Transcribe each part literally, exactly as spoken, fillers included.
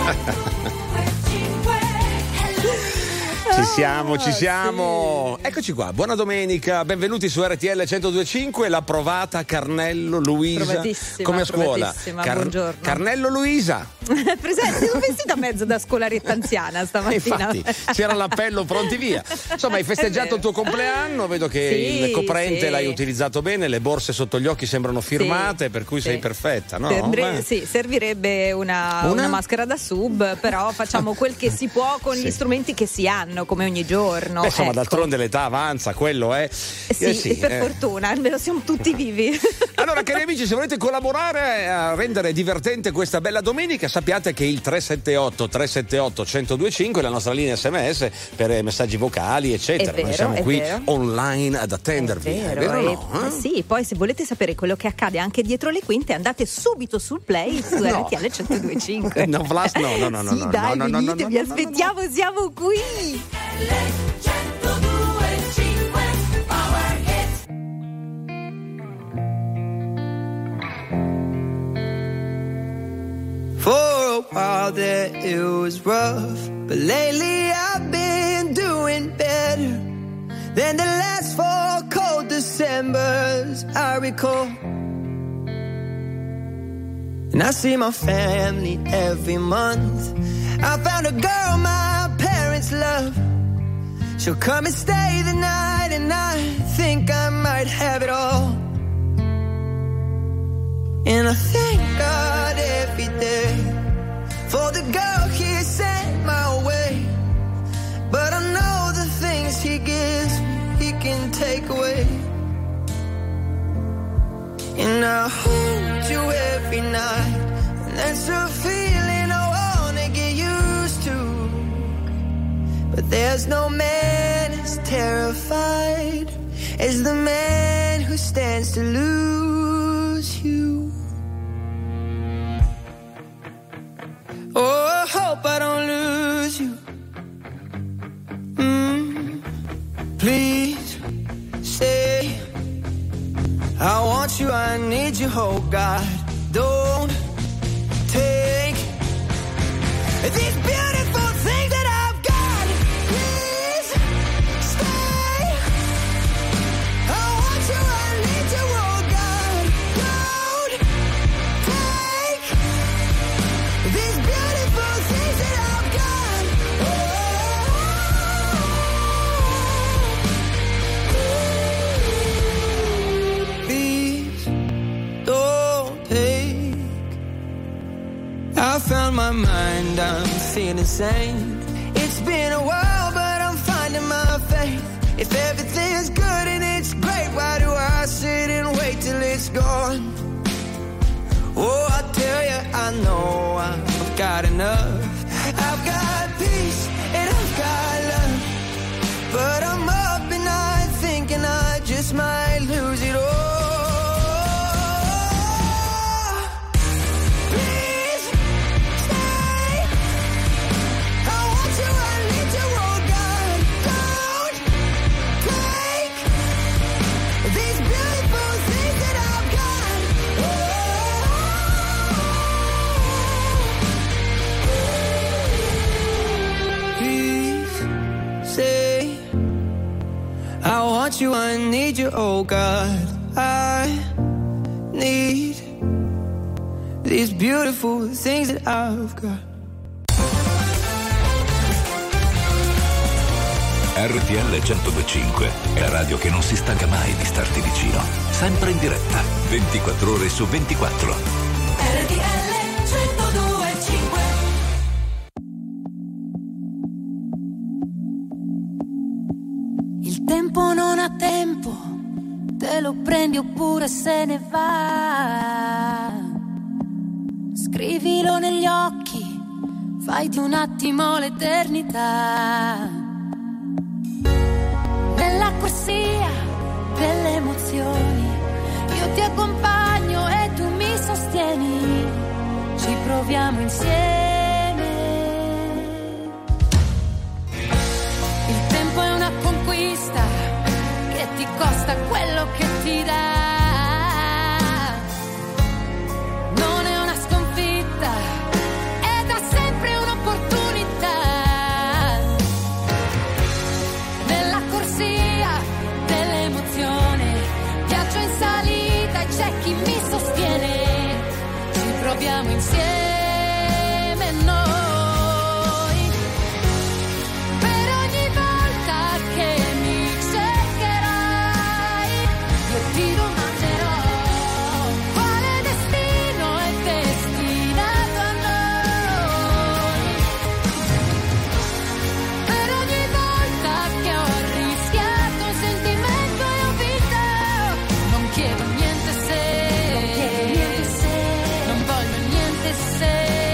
Ci siamo, ci siamo. Sì. Eccoci qua, buona domenica, benvenuti su R T L centodue e cinque, la provata Carnello Luisa. Come a scuola. Car- buongiorno. Carnello Luisa. Presente, sono vestita a mezzo da scolaretta anziana stamattina. Infatti, c'era l'appello, pronti via. Insomma, hai festeggiato il tuo compleanno, vedo che sì, il coprente sì. l'hai utilizzato bene, le borse sotto gli occhi sembrano firmate, sì, per cui sì. sei perfetta, no? Serve, sì, servirebbe una, una? una maschera da sub, però facciamo quel che si può con sì. gli strumenti che si hanno, come ogni giorno. Beh, insomma, ecco. D'altronde l'età avanza, quello è. Sì, eh sì per eh. fortuna, almeno siamo tutti vivi. Allora, cari amici, se volete collaborare a rendere divertente questa bella domenica, sappiate che il tre sette otto tre sette otto centodue e cinque è la nostra linea S M S per messaggi vocali, eccetera. Vero, Noi siamo qui vero. online ad attendervi. È vero, è vero e, no? eh? Sì, poi se volete sapere quello che accade anche dietro le quinte, andate subito sul play su no. R T L centodue e cinque. No, Flash, no, no, no, no. Sì, no, dai, no, no, venite, no, no, vi no, aspettiamo, no, no. siamo qui. For a while there it was rough, but lately I've been doing better than the last four cold Decembers I recall. And I see my family every month. I found a girl my parents love. She'll come and stay the night, and I think I might have it all. And I thank God every day for the girl He sent my way. But I know the things He gives me, He can take away. And I hold you every night, and that's a feeling I wanna get used to. But there's no man as terrified as the man who stands to lose you. Oh, I hope I don't lose you. Mm, please stay. I want you, I need you, oh God. Don't take these beautiful things that I've got. Please stay. I want you, I need you, oh God. Don't take these beautiful things that I've got. Oh, please don't take. I found my mind, I'm feeling sane. It's been a while, but I'm finding my faith. If everything's good and it's great, why do I sit and wait till it's gone? Oh, I tell you, I know I've got enough. I've got peace and I've got love. But I'm up and I'm thinking I just might lose it all. Please stay. I want you, I need you, oh God. Don't take these beautiful things that I've got. Please say, I want you, I need you, oh God. I need these beautiful things that I've got. R T L centodue e cinque è la radio che non si stanca mai di starti vicino. Sempre in diretta, ventiquattro ore su ventiquattro. R T L centodue e cinque. Il tempo non ha tempo, te lo prendi oppure se ne va. Scrivilo negli occhi, fai di un attimo l'eternità. Nella corsia delle emozioni io ti accompagno e tu mi sostieni, ci proviamo insieme. Il tempo è una conquista che ti costa quello che ti dà. Non è una sconfitta, è da sempre muoviamo insieme noi. Per ogni volta che mi cercherai, io ti domanderò quale destino è destinato a noi. Per ogni volta che ho rischiato un sentimento e ho vinto, non chiedo niente se, non voglio niente se,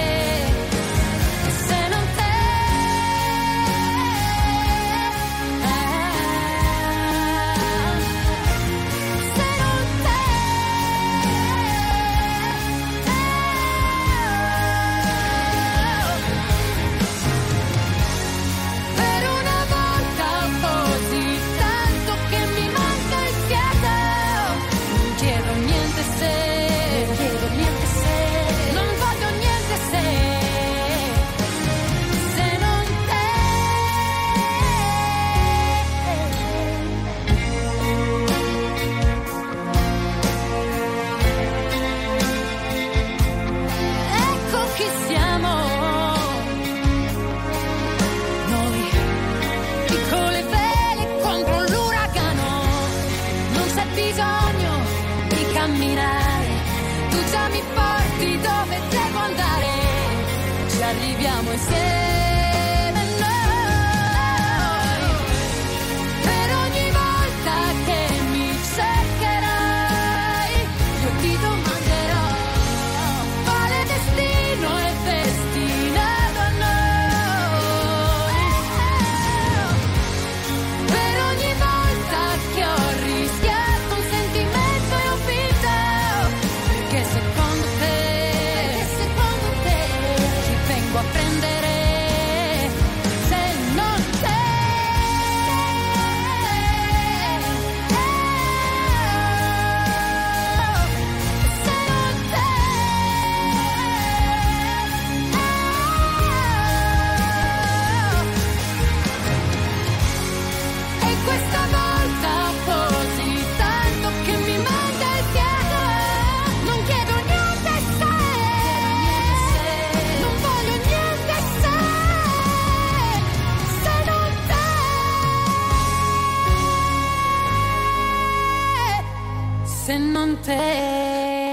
se non te, se non te. Per una volta così tanto che mi manca il fiato, non chiedo niente se, non chiedo niente se, non voglio niente se, se non te. Ecco chi siamo noi, piccole vele contro l'uragano. Non c'è bisogno di camminare, tu già mi porti dove devo andare. Ci arriviamo insieme noi. Per ogni volta che mi cercherai, io ti domanderò quale destino è destinato a noi. Per ogni volta che ho rischiato un sentimento e ho vinto, perché secondo te, perché secondo te ti vengo a prendere, se non te. Se non te. E questa volta così tanto che mi manca il fiato, non chiedo niente se, non voglio niente se, se non te, se non te.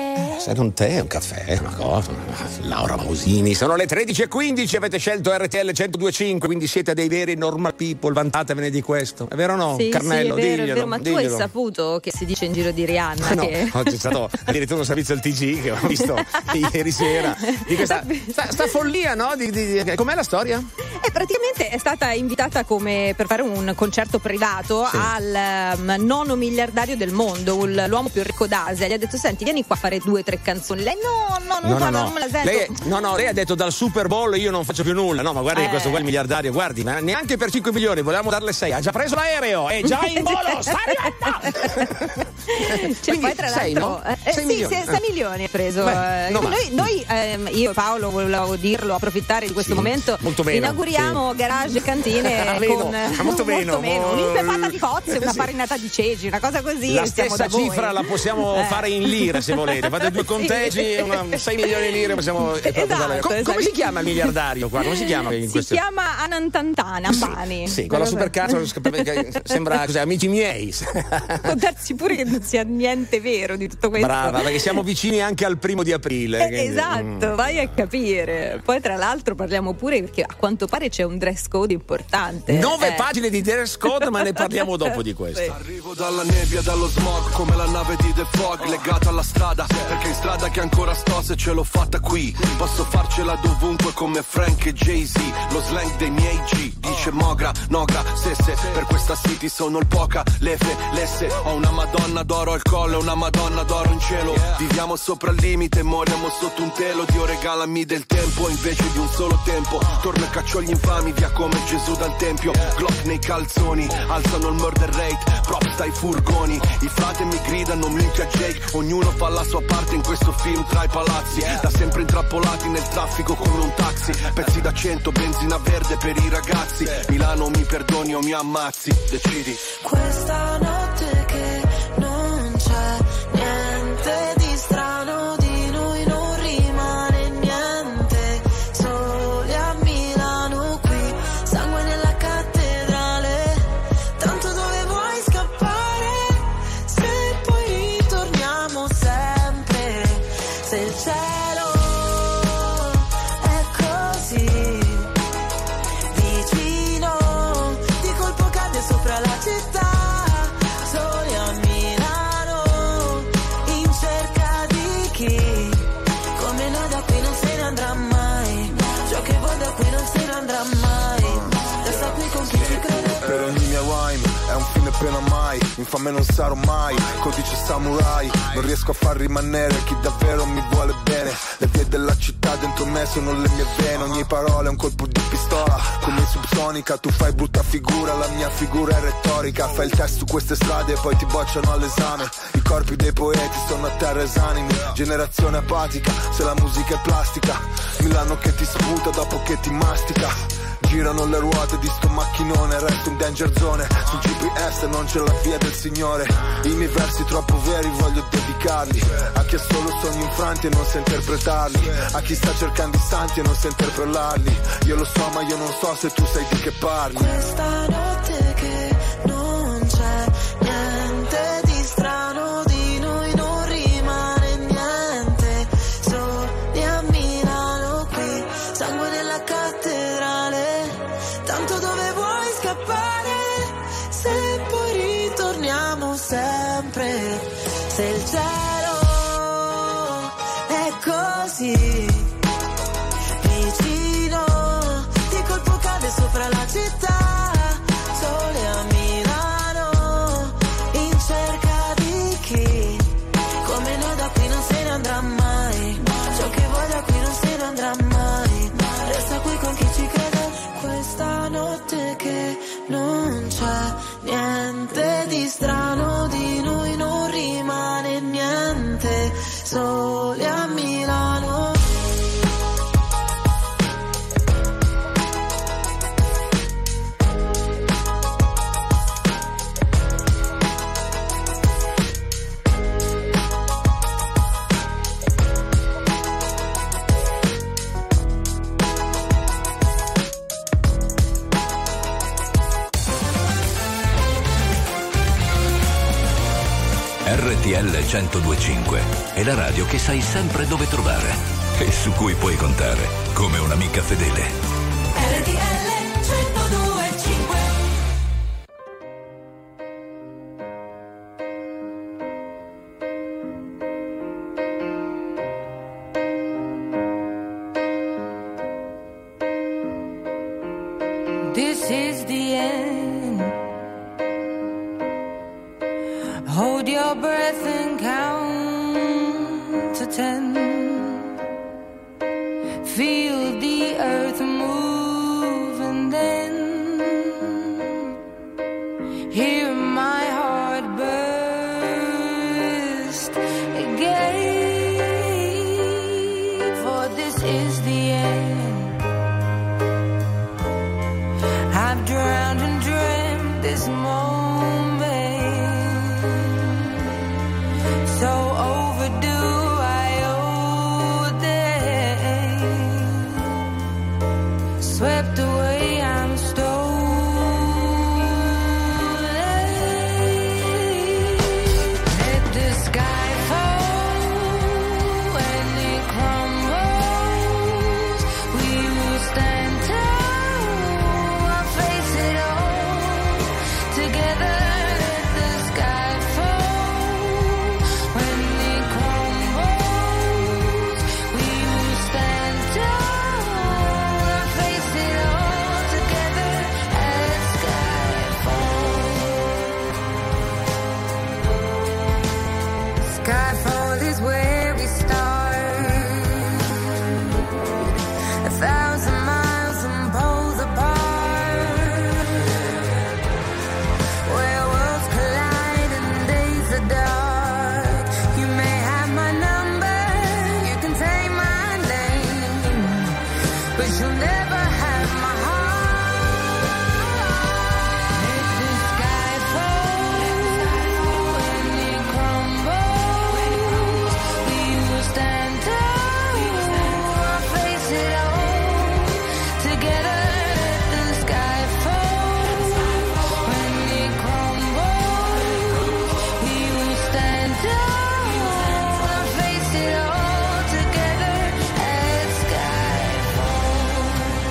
Se non te è un caffè, una cosa, Laura Pausini. Sono le tredici e quindici, avete scelto R T L centodue e cinque, quindi siete dei veri normal people, vantatevene di questo. È vero o no? Sì, Carnello, sì, è vero, diglielo, è vero, ma diglielo. tu hai saputo che si dice in giro di Rihanna? Ah, no, che... oggi è stato addirittura un servizio al T G che ho visto ieri sera di questa sta, sta follia, no? Di, di, di, com'è la storia? E praticamente è stata invitata come per fare un concerto privato Sì. al um, nono miliardario del mondo, l- l'uomo più ricco d'Asia. Gli ha detto: senti, vieni qua a fare due o tre canzoni. Lei no, no, non, No, fa, no, non no. me la sento. Lei, no, no, lei ha detto dal Super Bowl io non faccio più nulla. No, ma guardi Eh. questo qua è il miliardario, guardi, ma neanche per cinque milioni, volevamo darle sei. Ha già preso l'aereo, è già in volo, sta arrivando! Cioè, Quindi poi tra sei, l'altro, no? eh, sei sì, milioni. sei, sei milioni ha preso. Beh, Eh, no, ma- noi, noi ehm, io e Paolo volevo dirlo, approfittare di questo Sì, momento. molto meno, Inauguriamo garage e cantine Ah, meno, con ah, molto meno. un'impepata di cozze, una Sì. farinata di ceci, una cosa così. La stiamo stessa da voi. cifra la possiamo Eh. fare in lire se volete. Fate due conteggi, Sì. una, sei milioni di lire possiamo. Esatto, Com- come esatto. si chiama il miliardario qua? Come si chiama in Si questo? chiama Anantantana Ambani. Sì, con la supercazzo che sembra cos'è, amici miei. Può darsi pure che non sia niente vero di tutto questo. Brava, perché siamo vicini anche al primo di aprile. Eh, quindi, esatto, mm. vai a capire. Poi tra l'altro parliamo pure perché a quanto pare c'è un dress code importante. Nove Eh. pagine di dress code, ma ne parliamo dopo di questo. Sì. Arrivo dalla nebbia, dallo smog, come la nave di The Fog, legata alla strada, perché in strada che ancora sto se ce l'ho fatta qui. Posso farcela dovunque come Frank e Jay-Z, lo slang dei miei G, dice Mogra, Nogra, Sesse, per questa city sono il poca, lefe, lesse, ho una madonna d'oro al collo, una madonna d'oro in cielo, viviamo sopra il limite, moriamo sotto un telo, Dio regalami del tempo invece di un solo tempo, torno e caccio gli infami via come Gesù dal tempio, Glock nei calzoni, alzano il murder rate, props dai furgoni, i frate mi gridano minchia Jake, ognuno fa la sua parte in questo film tra i palazzi, da sempre intrappolati nel traffico come un taxi, pezzi da cento, benzina verde per i ragazzi, Milano mi perdoni o mi ammazzi, decidi. Questa notte che non c'è niente di strano, di noi non rimane andrà mai. Ciò che vuoi da qui non se ne andrà mai. Resta qui con chi ci crede. Per ogni mia rhyme è un fine pena mai. Infame non sarò mai, codice samurai. Non riesco a far rimanere chi davvero mi vuole bene. Le vie della città dentro me sono le mie vene. Ogni parola è un colpo di pistola, come subsonica. Tu fai brutta figura, la mia figura è retorica. Fai il test su queste strade e poi ti bocciano all'esame. I corpi dei poeti sono a terra esanimi. Generazione apatica, se la musica è plastica. Milano che ti sputa dopo che ti mastica. Girano le ruote di sto macchinone, resto in danger zone. Sul G P S non c'è la via del Signore. I miei versi troppo veri voglio dedicarli a chi ha solo sogni infranti e non sa interpretarli, a chi sta cercando i santi e non sa interpellarli. Io lo so ma io non so se tu sai di che parli. Questa notte che non c'è niente di strano, di noi non rimane niente. Soli a Milano qui, sangue nella cattedrale. Tanto dove vuoi scappare, se poi ritorniamo sempre. Se il cielo è così vicino, di colpo cade sopra la città. Sole a Milano, in cerca di chi come noi da qui non se ne andrà mai. Ciò che vuoi da qui non se ne andrà mai. Resta qui con chi ci crede. Questa notte che non c'è niente di strano, di noi non rimane niente. Soli a Milano. R T L centodue e cinque è la radio che sai sempre dove trovare e su cui puoi contare come un'amica fedele. R T L centodue e cinque. This is the end. Hold your breath and count to ten. Feel the earth move and then hear my heart burst again. For this is the end. I've drowned and dreamt this moment. So overdue, I owe them. Swept away, I'm stolen. Let the sky fall when it crumbles. We will stand tall, I'll face it all together. Let the sky fall when it crumbles. We will stand tall, I'll face it all together as sky falls. Skyfall is where we start. A thousand miles and poles apart, where worlds collide and days are dark. You may have my number, you can take my name, but you'll never have my heart. Let the sky fall when it crumbles. We will stand tall, I'll face it all together. Let the sky fall when it crumbles. We will stand tall, I'll face it all together as sky falls.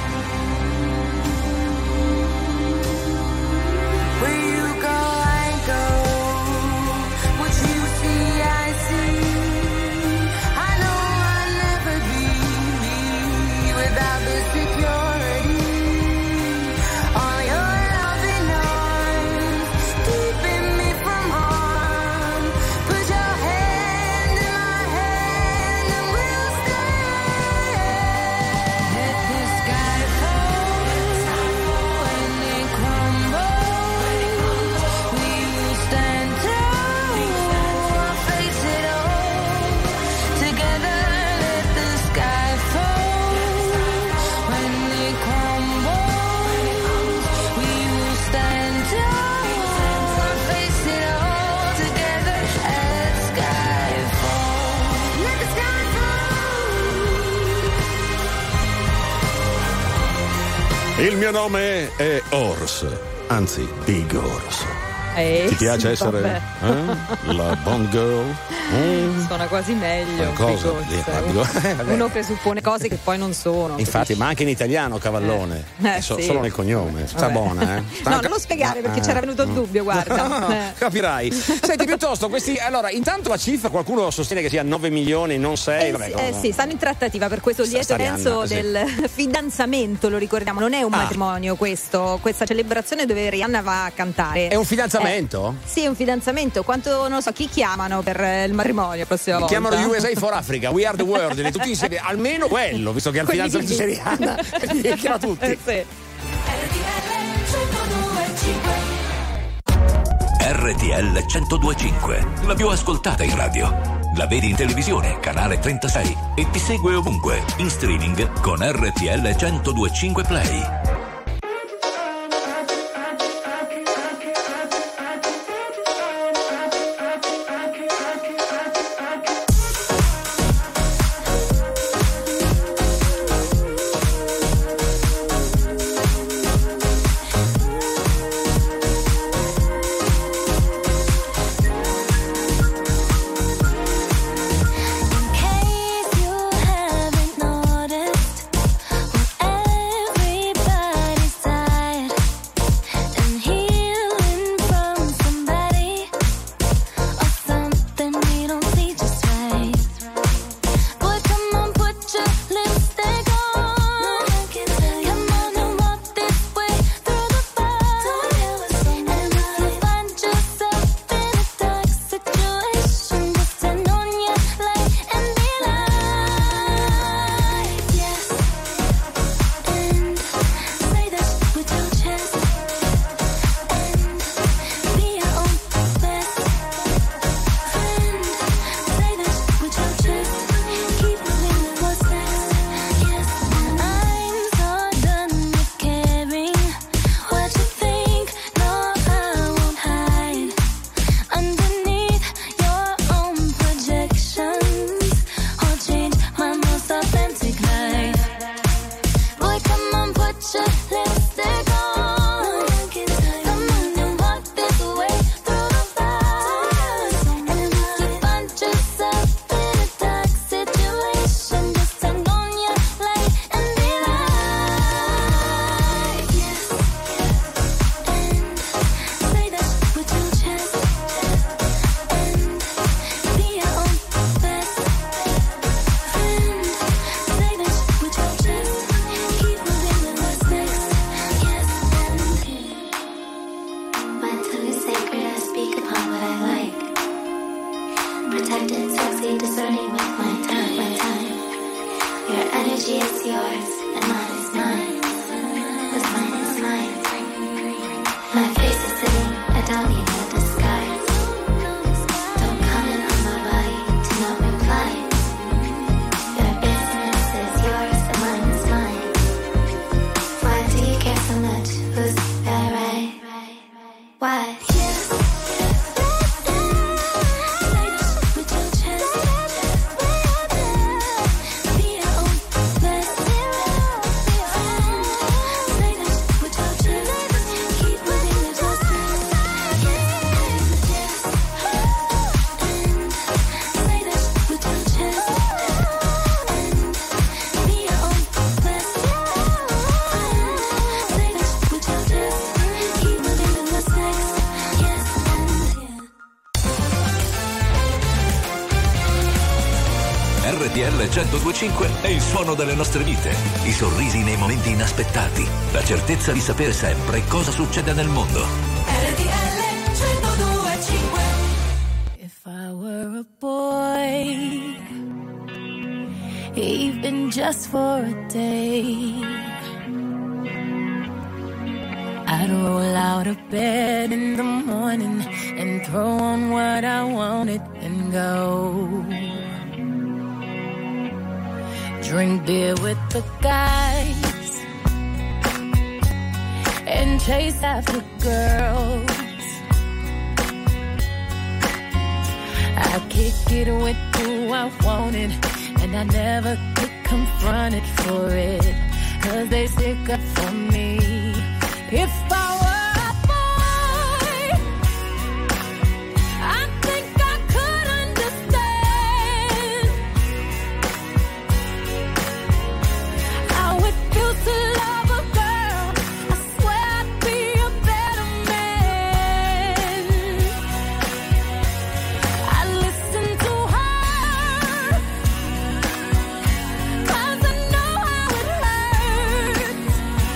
Il mio nome è Horse, anzi Big Horse. Eh, Ti piace sì, essere eh? la Bond Girl? Mm. Suona quasi meglio. Cosa? Uno presuppone cose che poi non sono. Infatti, ma anche in italiano cavallone. Eh, so, sì. Solo nel cognome. Sta buona, eh? Sta No, anche... non lo spiegare perché ah, c'era venuto il dubbio, guarda. No, no, eh. Capirai. Senti, piuttosto, questi. Allora, intanto la cifra, qualcuno sostiene che sia nove milioni, non sei. Eh, Vabbè, sì, come... eh sì, stanno in trattativa per questo lieto senso sì. del fidanzamento, lo ricordiamo, non è un Ah. matrimonio questo, questa celebrazione dove Rihanna va a cantare. È un fidanzamento? Eh, sì, è un fidanzamento. Quanto, non lo so, chi chiamano per il matrimonio la prossima volta? Chiamano U S A for Africa, We Are the World, li tutti insieme, almeno quello, visto che al Quelli fidanzamento c'è Rihanna, li chiama tutti. Eh, sì. R T L centodue e cinque, la più ascoltata in radio. La vedi in televisione, canale trentasei, e ti segue ovunque, in streaming con R T L centodue e cinque Play. R T L centodue e cinque è il suono delle nostre vite, i sorrisi nei momenti inaspettati, la certezza di sapere sempre cosa succede nel mondo. R T L centodue e cinque. If I were a boy, even just for a day, I'd roll out of bed in the morning and throw on what I wanted and go. Drink beer with the guys and chase after girls. I kick it with who I wanted, and I never get confronted for it. 'cause they stick up for me. If I were a boy, I think I could understand how it feels to love a girl. I swear I'd be a better man. I listen to her 'cause I know how it hurts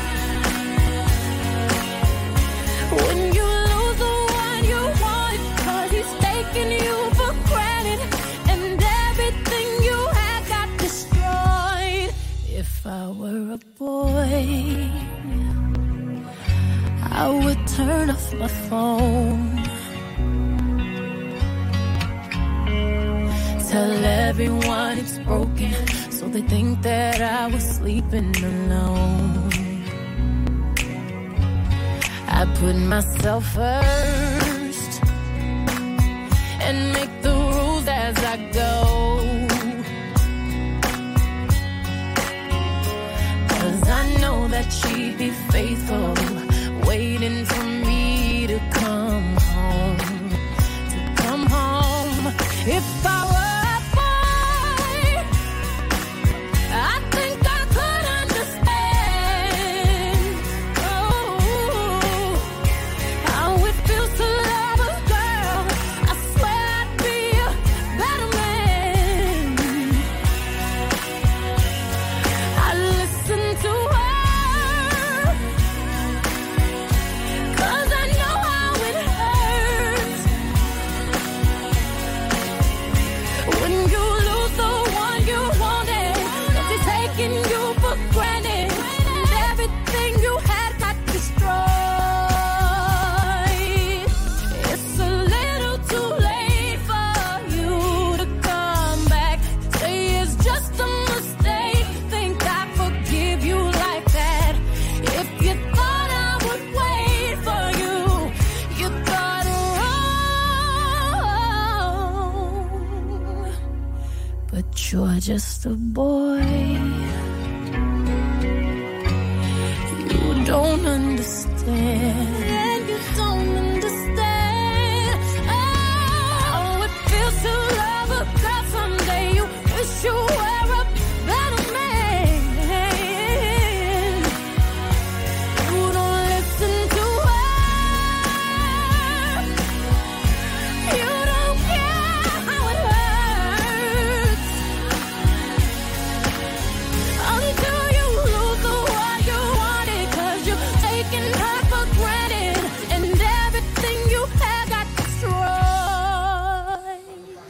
when you lose the one you wanted, 'cause he's taking you for granted and everything you had got destroyed. If I were a boy, I would turn off my phone, tell everyone it's broken so they think that I was sleeping alone. I put myself first and make the rules as I go, 'cause I know that she'd be faithful, waiting for me to come home, to come home. If I were a boy, I think I could understand oh, how it feels to love a girl. I swear I'd be a better man. I listen to her 'cause I know how it hurts when you lose the one you wanted, 'cause he's taking you for granted and everything you had got destroyed. It's a little too late for you to come back. Say it's just a mistake, think I forgive you like that. If you thought I would wait for you, you thought wrong. But you're just a boy, you don't understand. You don't understand how it feels to love a girl. Someday you wish you were a better man. You don't listen to her, you don't care how it hurts until you lose the one you wanted, 'cause you're taking her for granted and everything you had got destroyed.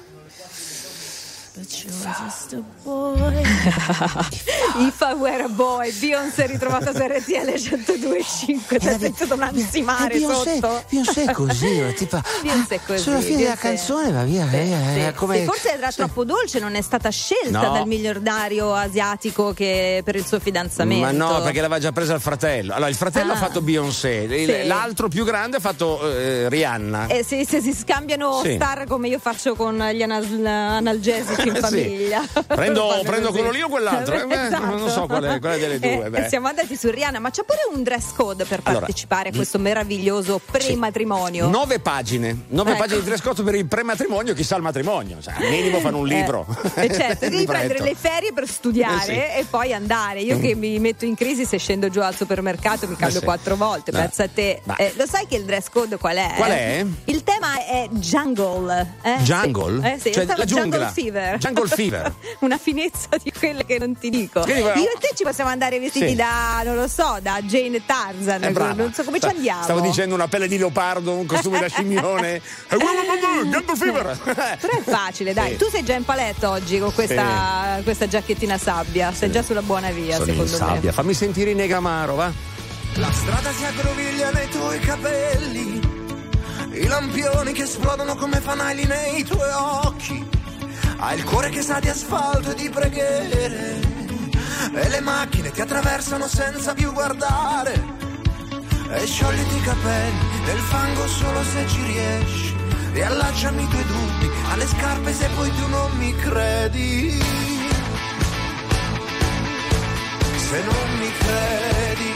But you're just a boy. If I were a boy, Beyoncé ritrovata su R T L centodue e cinque. Ti ha sentito un ansimare sotto? Beyoncé è così, tipo, Beyoncé è così. sulla fine della Beyoncé. canzone va via. Sì, eh, sì, come... sì, forse era troppo dolce, non è stata scelta No. dal miliardario asiatico che per il suo fidanzamento. Ma no, perché l'aveva già presa il fratello. Allora, il fratello Ah. ha fatto Beyoncé, il- Sì. l'altro più grande ha fatto eh, Rihanna. E se, se si scambiano Sì. star come io faccio con gli anal- analgesici in Sì. famiglia. Prendo, Fanno prendo così. quello lì o quell'altro? Eh, beh, Esatto. non so quale, quale delle due. E, beh. e siamo andati su Rihanna, ma c'è pure un dress code per Allora, partecipare a questo meraviglioso pre-matrimonio. Nove pagine, nove Ecco. pagine di dress code per il prematrimonio, chissà il matrimonio. Cioè, al minimo fanno un libro. Eh, eh, certo, devi Libretto. prendere le ferie per studiare Eh, sì. e poi andare. Io che mi metto in crisi se scendo giù al supermercato mi cambio sì. quattro volte. No. Pensa a te. Ma- Eh, lo sai che il dress code qual è? Qual è? Il tema è jungle. Eh? Jungle? Sì. Eh, sì, Cioè, stava la giungla. Jungle fever. Jungle fever. Una finezza di quelle che non ti dico. Quindi, però- Io e te ci possiamo andare vestiti Sì. da, non lo so, da Jane Tarzan. Eh, brava. non so come ci Sta- andiamo. Stavo dicendo una pelle di leopardo, un costume da scimmione. Eh, Jungle fever. Però è facile, dai. Sì. Tu sei già in paletta oggi con questa, questa giacchettina sabbia. Sei già sulla buona via, Sono in secondo sabbia. me. Fammi sentire i Negamaro, va? La strada si aggroviglia nei tuoi capelli, i lampioni che esplodono come fanali nei tuoi occhi. Hai il cuore che sa di asfalto e di preghiere, e le macchine ti attraversano senza più guardare. E sciogliti i capelli nel fango solo se ci riesci. Riallacciami i tuoi dubbi alle scarpe se poi tu non mi credi. Se non mi mi credi.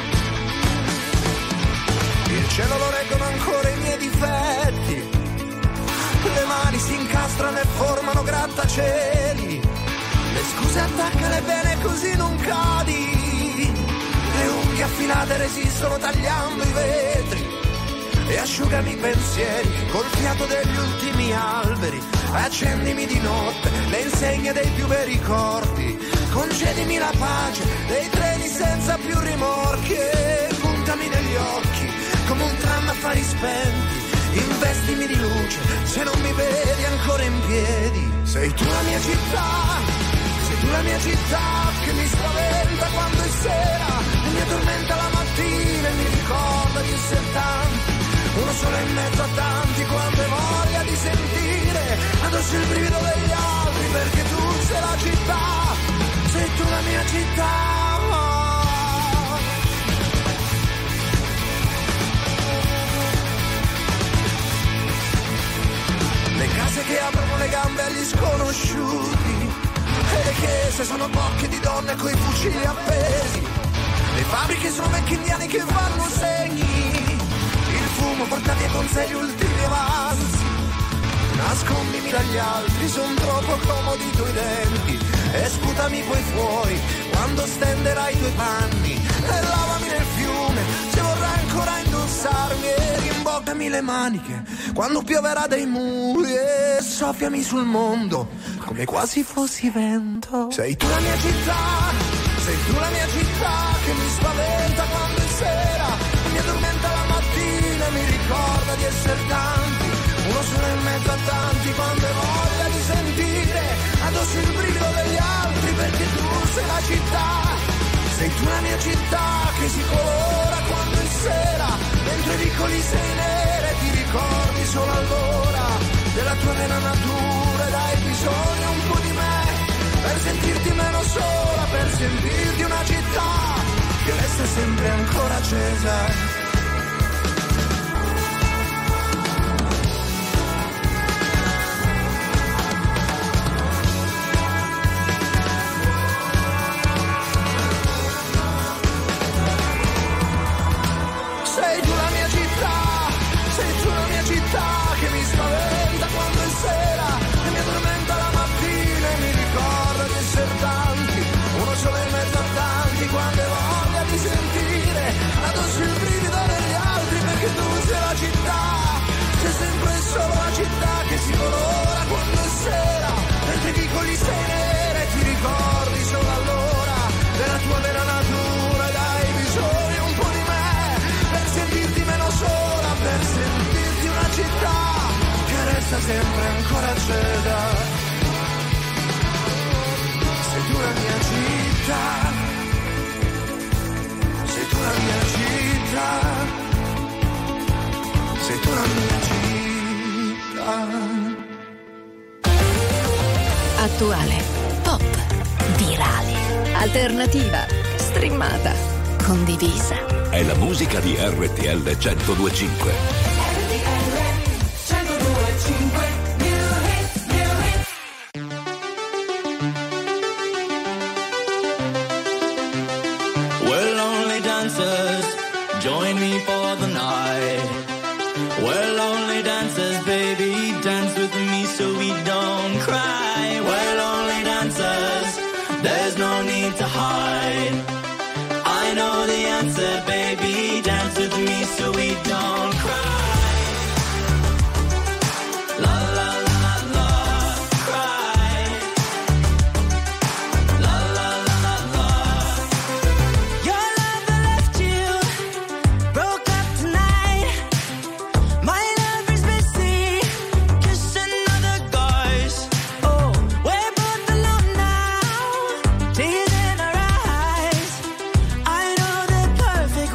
Il cielo lo reggono ancora i miei difetti, le mani si incastrano e formano grattacieli, le scuse attaccale bene così non cadi, le unghie affilate resistono tagliando i vetri, e asciugami i pensieri col fiato degli ultimi alberi, accendimi di notte le insegne dei più bei ricordi, concedimi la pace dei treni senza più rimorchi, e puntami negli occhi come un tram a fari spenti, investimi di luce se non mi vedi ancora in piedi. Sei tu la mia città, sei tu la mia città che mi spaventa quando è sera e mi addormenta la mattina e mi ricorda di essere tanti, uno solo in mezzo a tanti, quando hai voglia di sentire addosso il brivido degli altri, perché tu sei la città, sei tu la mia città. Le case che aprono le gambe agli sconosciuti, e le chiese sono bocche di donne coi fucili appesi, le fabbriche sono vecchi indiani che fanno segni, il fumo porta via con sé gli ultimi avanzi, nascondimi dagli altri, son troppo comodi i tuoi denti, e sputami poi fuori quando stenderai i tuoi panni, e lavami nel fiume se vorrai ancora indossarmi, e rimboccami le maniche quando pioverà dai muri, e soffiami sul mondo come quasi fossi vento. Sei tu la mia città, sei tu la mia città che mi spaventa quando è sera, mi addormenta la mattina e mi ricorda di essere tanti, uno solo in mezzo a tanti, quando hai voglia di sentire addosso il brivido degli altri, perché tu sei la città, sei tu la mia città che si colora quando è sera, dentro i vicoli sei nera e ti ricordi solo allora della tua vera natura, ed hai bisogno un po' di me per sentirti meno sola, per sentirti una città che resta sempre ancora accesa. Sempre ancora accesa, sei tu la mia città, sei tu la mia città, sei tu la mia città. Attuale, pop, virale, alternativa, streamata, condivisa. È la musica di R T L centodue e cinque. Join me for the night. We're lonely dancers, baby, dance with me so we don't cry. We're lonely dancers, there's no need to hide. I know the answer, baby, dance with me so we don't cry. La la la. Perfect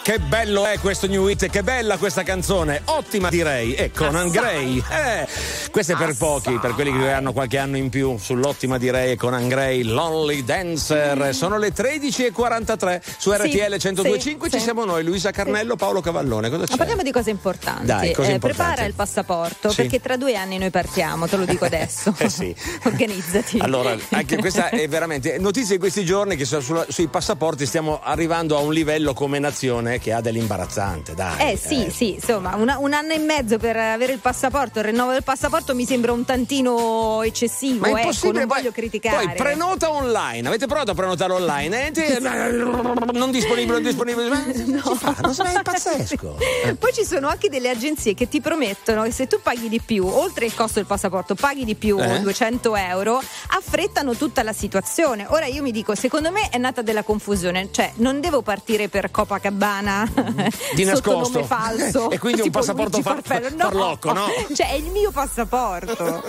che bello è questo New Hit, che bella questa canzone, ottima direi, e Conan Gray. Eh, questo è per Assai. pochi, per quelli che hanno qualche anno in più sull'ottima direi Conan Gray, Lonely Dancer. Mm. Sono le tredici e quarantatré su R T L sì, centodue e cinque, sì, ci sì. siamo noi, Luisa Carnello, sì. Paolo Cavallone. Cosa c'è? Ma parliamo di cose importanti. Dai, cose eh, importanti. Prepara il passaporto, sì. perché tra due anni noi partiamo, te lo dico adesso. eh sì. Organizzati. Allora, anche questa è veramente notizia di questi giorni che sulla, sui passaporti stiamo arrivando a un livello come nazione che ha dell'imbarazzante, dai. Eh sì, eh. sì, insomma, una, un anno e mezzo per avere il passaporto, il rinnovo del passaporto mi sembra un tantino eccessivo, ma è ecco, non poi, voglio criticare. Poi prenota online, avete provato a prenotare online? Eh? non disponibile, non disponibile. Ma no. Fa? Non so, è pazzesco. Poi ci sono anche delle agenzie che ti promettono che se tu paghi di più, oltre il costo del passaporto, paghi di più, eh? duecento euro, affrettano tutta la situazione. Ora io mi dico, secondo me è nata della confusione, cioè non devo partire per Copacabana di sotto nascosto nome falso e quindi un passaporto far, far, no, farlocco, no? Cioè è il mio passaporto.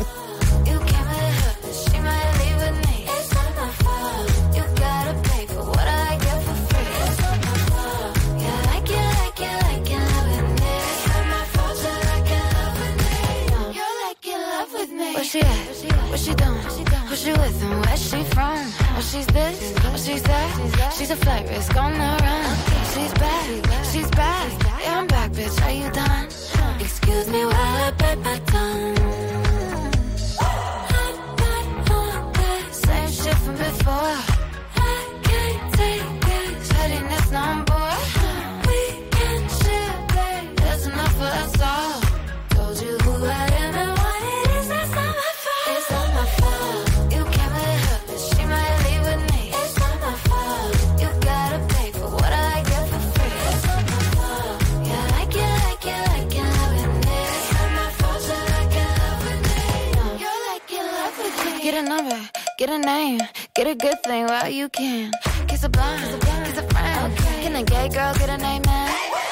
Where she at? What she doing? Who she with and where she from? Oh, she's this, oh, she's that. She's a flight risk on the run. She's back, she's back. Yeah, I'm back, bitch. Are you done? Excuse me while I bite my tongue. Same shit from before. I can't take it. Shutting this number. We can share, babe. There's enough for us all. Told you who I am and what it is. That's not my fault. It's not my fault. You came with her, but she might leave with me. It's not my fault. You gotta pay for what I get for free. It's not my fault. Yeah, like it, like it, like it, loving it. It's not my fault. You like it, love with me. No, you like it, love with me. Get a number, get a name, get a good thing while you can. Kiss a blind, kiss a friend. Okay. Can a gay girl get a name, man?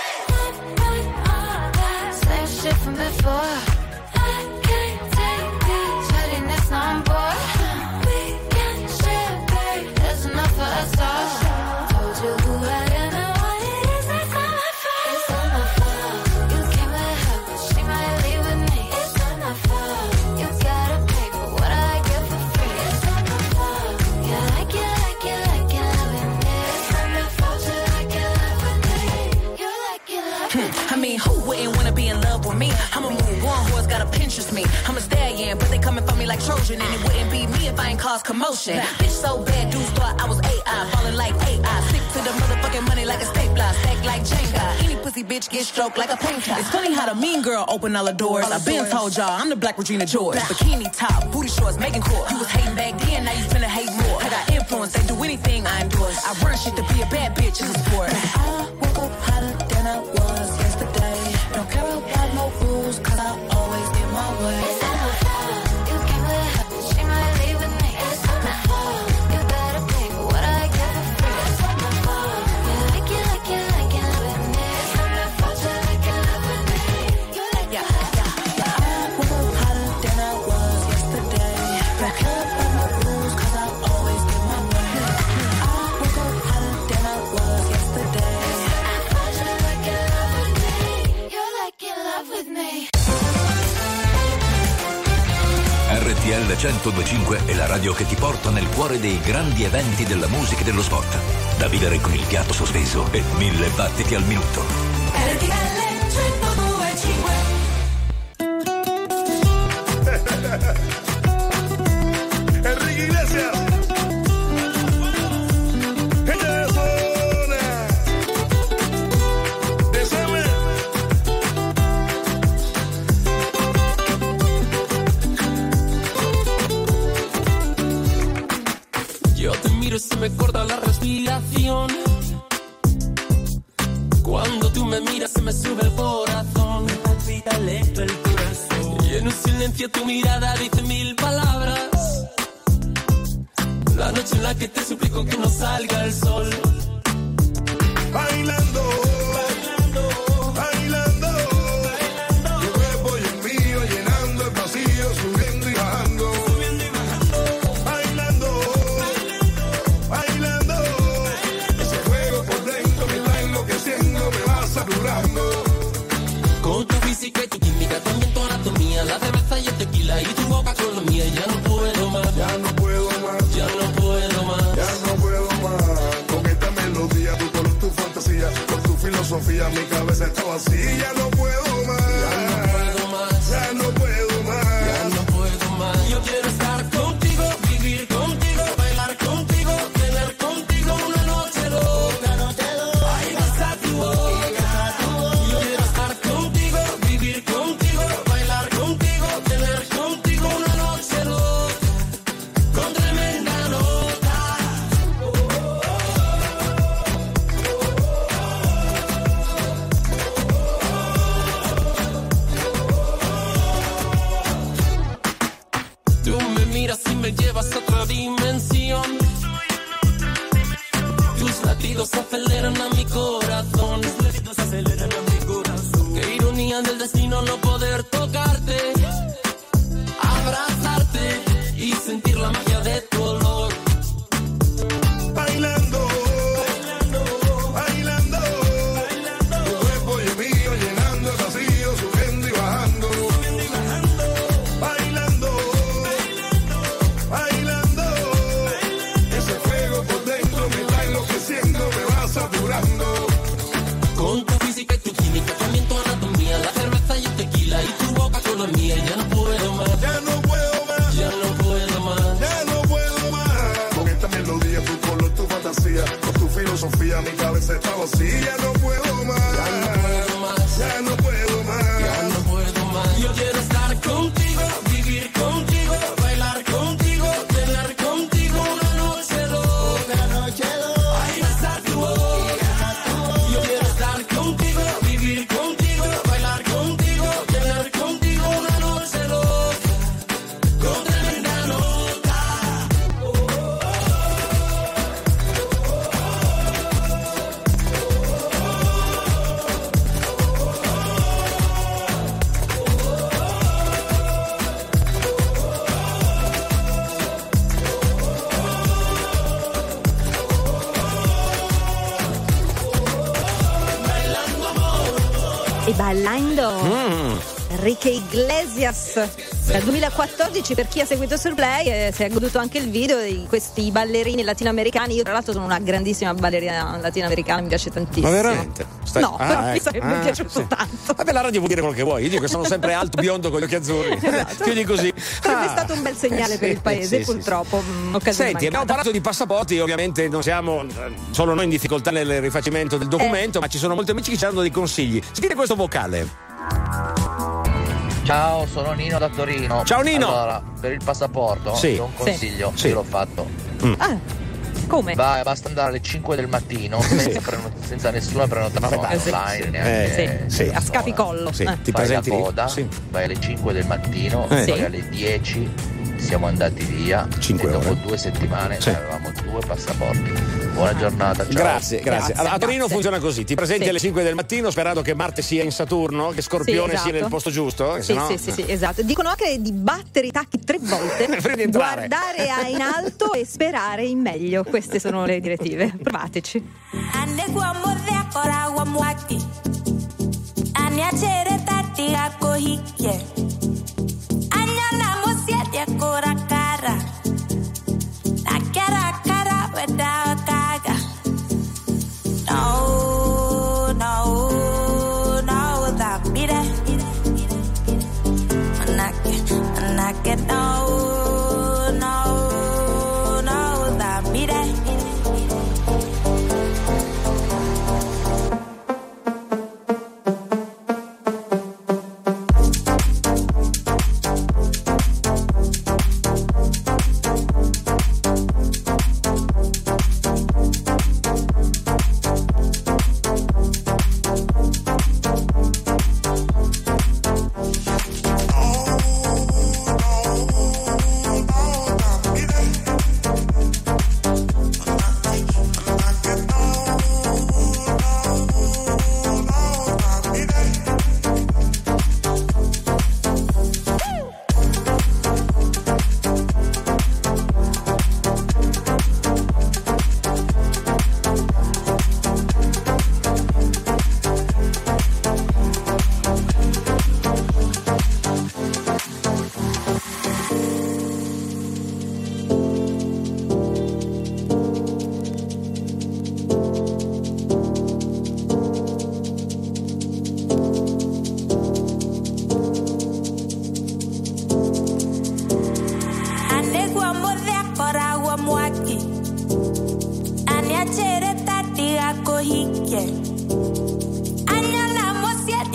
Same shit from before. I can't take it. Shutting this number. We can share, babe. There's enough for us all. Told you who I am and what it is. That's not my fault. It's not my fault. You came with her, but she might leave with me. It's not my fault. You gotta pay for what I get for free. It's not my fault. Yeah, like it, like it, like it, loving it. It's not my fault. You like it, love with me. You like it, love with me. I mean, who wouldn't wanna be in love with me? I'm a move one who's gotta Pinterest me. I'm a stallion, but they coming for me like Trojan, and it wouldn't be me if I ain't cause commotion. Bitch so bad, dudes thought I was A I, falling like A I. Stick to the motherfucking money like a stapler, stack like Jenga. Any pussy bitch get stroked like a painter. It's funny how the mean girl open all the doors. I been told y'all I'm the Black Regina George. Bikini top, booty shorts, making court. You was hating back then, now you finna hate more. I got influence, they do anything I endorse. I run shit to be a bad bitch is a sport. I woke up hotter than I was yesterday. Don't care about no rules, cause I always get my way. It's not my fault. You came with her, but she might leave with me. It's not my fault. You gotta pay for what I get for free. It's not my fault. You like it, like it, like it, loving me. It's not my fault. You like it, love with me. You like Yeah, it. yeah, yeah. I woke up hotter than I was yesterday. Don't care about no rules, cause I always get my way. I woke up hotter than I was yesterday. You like it, love with me. You like it, love with me. R T L centodue e cinque è la radio che ti porta nel cuore dei grandi eventi della musica e dello sport. Da vivere con il fiato sospeso e mille battiti al minuto. R T L centodue e cinque. Enrique Iglesias. Ella es zona. Desame. Yo te miro y se me corta la respiración. Cuando tú me miras se me sube el corazón. Me palpita lento el corazón. Y en un silencio tu mirada dice mil palabras. La noche en la que te suplico que no salga el sol. Bailando, bailando, bailando, bailando. Tu cuerpo y el mío llenando el vacío, subiendo y bajando, subiendo y bajando. Bailando, bailando, bailando. Ese fuego por dentro me está enloqueciendo. durando. Con tu física y tu química, también tu anatomía, la cerveza y el tequila y tu boca con la mía, ya no puedo más, ya no puedo más, ya no puedo más, ya no puedo más. Con esta melodía, tu color, tu fantasía, con tu filosofía, mi cabeza está vacía, ya no puedo más, ya no puedo más, ya no puedo más, ya no puedo más. Yo quiero estar contigo, vivir contigo, bailar contigo, tener contigo una noche loca, noche loca. Ay, besa tu boca, yo quiero estar contigo, vivir contigo, bailar contigo, tener contigo una noche loca, con tremenda nota. Tú me miras y me llevas a otra dimensión. Tus latidos aceleran a mi corazón. Tus latidos aceleran a mi corazón. Qué ironía del destino no poder tocarte, abrazarte y sentir la magia de tu olor. bailando, bailando, bailando, tu cuerpo y el mío llenando el vacío, subiendo y bajando, bailando, bailando, ese fuego por dentro me está enloqueciendo, me va saturando. Con tu física y tu química, también tu anatomía, la cerveza y el tequila y tu boca con la mía, ya no puedo más, Ya no puedo más, ya no puedo más. ya no puedo más. Con esta melodía, tu color, tu fantasía, con tu filosofía, mi cabeza está vacía, ya no puedo más, Ya no puedo más, ya no puedo más. ya no puedo más. Yo quiero estar contigo, vivir contigo, bailar contigo, tener contigo una noche loca, noche loca. Ay, besar tu boca. Yo quiero estar contigo, vivir contigo, bailar contigo, tener contigo una noche loca, con tremenda nota. E ballando Enrique Iglesias dal duemilaquattordici, per chi ha seguito Surplay eh, si è goduto anche il video di questi ballerini latinoamericani. Io tra l'altro sono una grandissima ballerina latinoamericana, mi piace tantissimo. Ma veramente? Stai- No, Ah, però mi ecco. sarebbe Ah, piaciuto sì. tanto. Vabbè, la radio vuol dire quello che vuoi. Io dico che sono sempre alto, biondo con gli occhi azzurri. Esatto. Più di così. Sarebbe Ah. stato un bel segnale per il paese, Sì, sì, purtroppo. sì. mh, occasione Senti, abbiamo mancata. parlato di passaporti, ovviamente non siamo eh, solo noi in difficoltà nel rifacimento del documento, ma ci sono molti amici che ci danno dei consigli. Sentite questo vocale. Ciao, sono Nino da Torino. Ciao, Nino. Allora, per il passaporto, Sì. do un consiglio, Sì. io l'ho fatto. Ah, come? Vai, basta andare alle cinque del mattino senza, preno- senza nessuna prenotazione Vabbè, sì, online, sì. neanche Eh, sì. A scapicollo. Sì, Eh. ti fai la presenti lì? coda, Sì. vai alle cinque del mattino, Eh. poi Sì. alle dieci siamo andati via Cinque e dopo ore. due settimane Sì. avevamo due passaporti. Buona giornata, ciao. Grazie, grazie. Grazie, Allora, a Torino grazie. funziona così: ti presenti Sì. alle cinque del mattino sperando che Marte sia in Saturno, che Scorpione Sì, esatto. sia nel posto giusto. che Sì, sennò- sì, sì, sì, esatto. Dicono anche di battere i tacchi tre volte, Prima di entrare. guardare a- in alto e sperare in meglio. Queste sono le direttive. Provateci. No, no, no, that be there. And I get, and I get, no, no, no, that be there.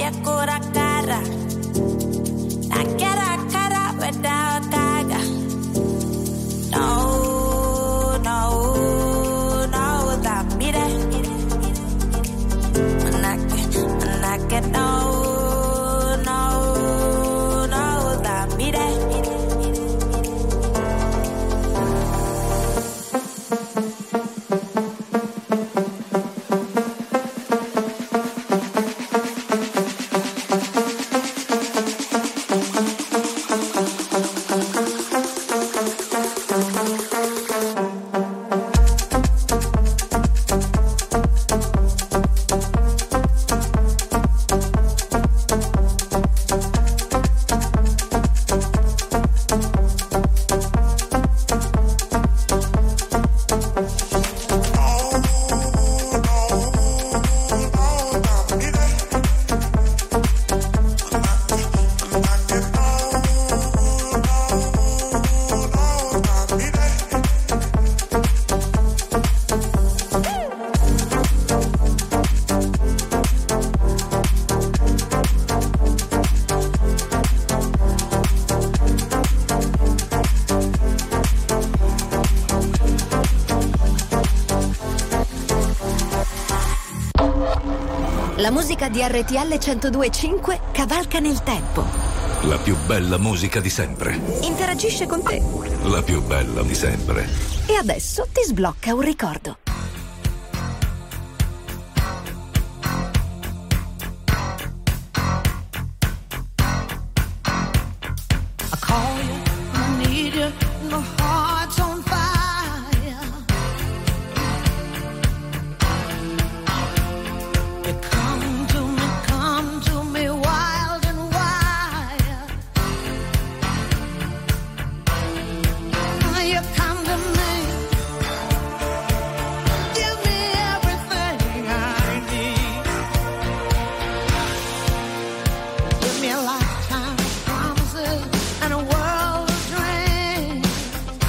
que cura cara. La cara a cara without gaga. No, no, no, da mire. Manake, manake, no, no, no, da mire. La musica di R T L centodue e cinque cavalca nel tempo. La più bella musica di sempre. Interagisce con te. La più bella di sempre. E adesso ti sblocca un ricordo. I call you, I need you, my heart's on fire. You come to me, come to me wild and wild. You come to me, give me everything I need. Give me a lifetime of promises and a world of dreams.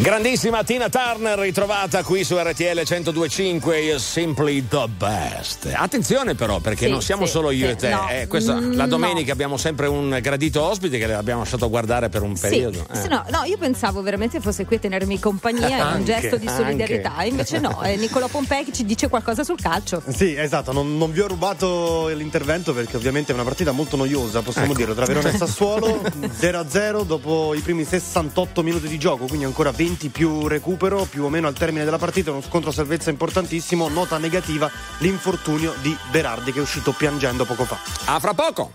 Grandissima Tina Turner ritrovata qui su R T L centodue e cinque, You're Simply the Best. Attenzione però, perché sì, non siamo sì, solo io sì, e te. no. Eh, questa, mm, la domenica no. abbiamo sempre un gradito ospite che l'abbiamo lasciato guardare per un periodo. Sì, eh. sì, no, no, io pensavo veramente fosse qui a tenermi compagnia in un Anche, gesto di solidarietà, anche. invece no, è Niccolò Pompei che ci dice qualcosa sul calcio. Sì, esatto, non, non vi ho rubato l'intervento perché ovviamente è una partita molto noiosa, possiamo Ecco. dirlo, tra Verona e Sassuolo, zero a zero dopo i primi sessantotto minuti di gioco, quindi ancora venti più recupero, più o meno al termine della partita, uno scontro a salvezza importantissimo. Nota negativa, l'infortunio di Berardi che è uscito piangendo poco fa. A fra poco.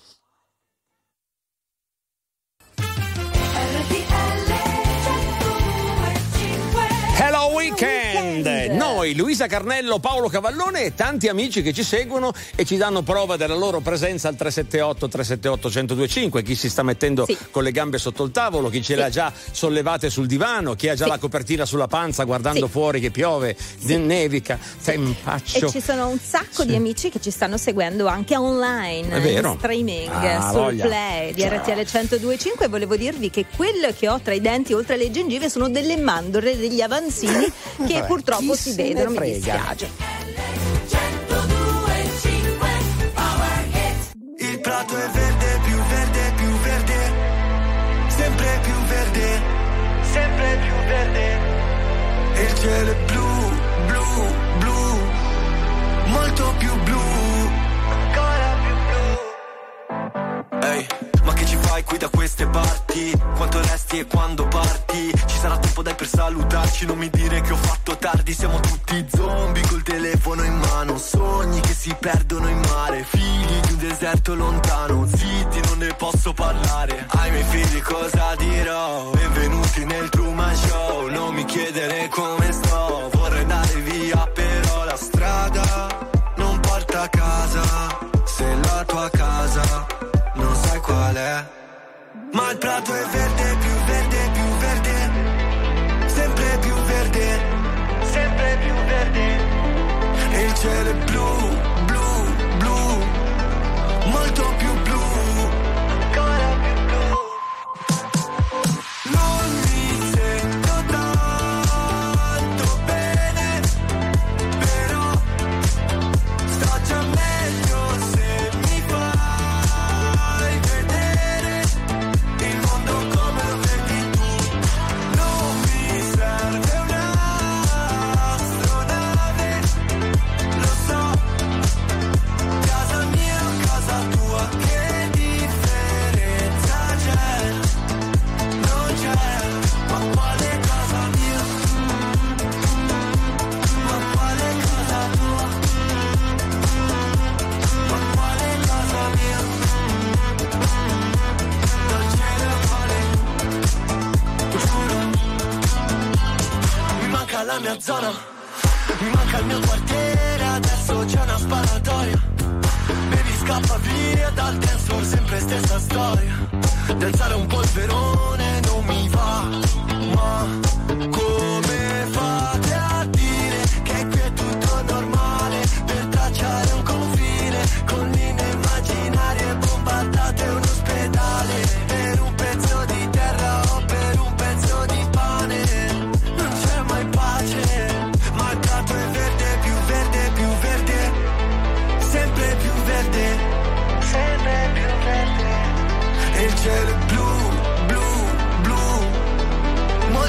Hello Weekend! Noi, Luisa Carnello, Paolo Cavallone e tanti amici che ci seguono e ci danno prova della loro presenza al tre sette otto tre sette otto uno zero due cinque. Chi si sta mettendo sì. con le gambe sotto il tavolo, chi ce sì. le ha già sollevate sul divano, chi ha già sì. la copertina sulla panza guardando sì. fuori che piove, sì. nevica, fa impaccio. E ci sono un sacco sì. di amici che ci stanno seguendo anche online, è vero. in streaming, ah, sul voglia. play di R T L centodue e cinque. Volevo dirvi che quello che ho tra i denti oltre alle gengive sono delle mandorle, degli avanzini che Vabbè, purtroppo si vedono, mi dispiace. Il prato è verde, più verde, più verde, sempre più verde, sempre più verde. E il cielo è blu, blu, blu, molto più blu, ancora più blu. Ehi, hey, ma che ci fai qui da queste parti? Quanto resti e quando parti? Ci sarà tempo dai per salutarci, non mi dire che ho fatto tardi. Siamo tutti zombie col telefono in mano, sogni che si perdono in mare, figli di un deserto lontano, zitti non ne posso parlare. Ai miei figli cosa dirò? Benvenuti nel Truman Show, non mi chiedere come sto, vorrei andare via però la strada non porta a casa, se la tua casa non sai qual è. Ma il prato è verde, più verde, più verde, sempre più verde, sempre più verde. E il cielo è blu, blu, blu, molto più blu, ancora più blu. Non mi sento tanto bene, però sto già meglio se mi fai vedere il mondo come lo vedi tu. Non mi serve un'astronave, lo so, casa mia o casa tua, che differenza c'è? Non c'è, ma quale casa mia? Ma quale casa tua? Ma quale casa mia? Non ce ne vuole, giuro. Mi manca la mia zona, mi manca il mio quartiere, adesso c'è una sparatoria. Baby scappa via dal dance floor, sempre stessa storia. Di alzare un polverone non mi va, ma come fate a dire che qui è tutto normale? Per tracciare un confine con linee immaginarie, bombardate un ospedale per un pezzo di terra o per un pezzo di pane. Non c'è mai pace, ma il prato è verde, più verde, più verde, sempre più verde, sempre più verde. E il cielo è blu, blu, blu,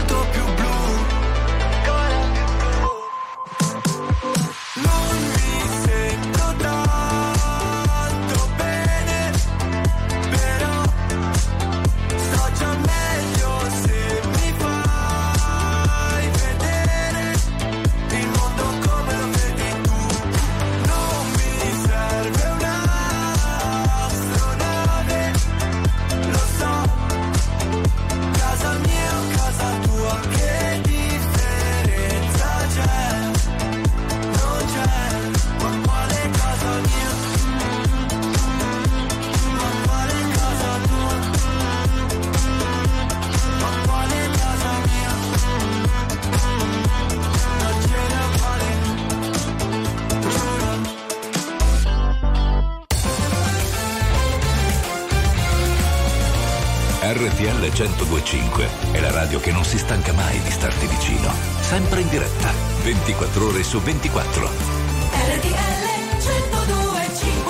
L centodue e cinque è la radio che non si stanca mai di starti vicino. Sempre in diretta, ventiquattro ore su ventiquattro. R T L centodue e cinque.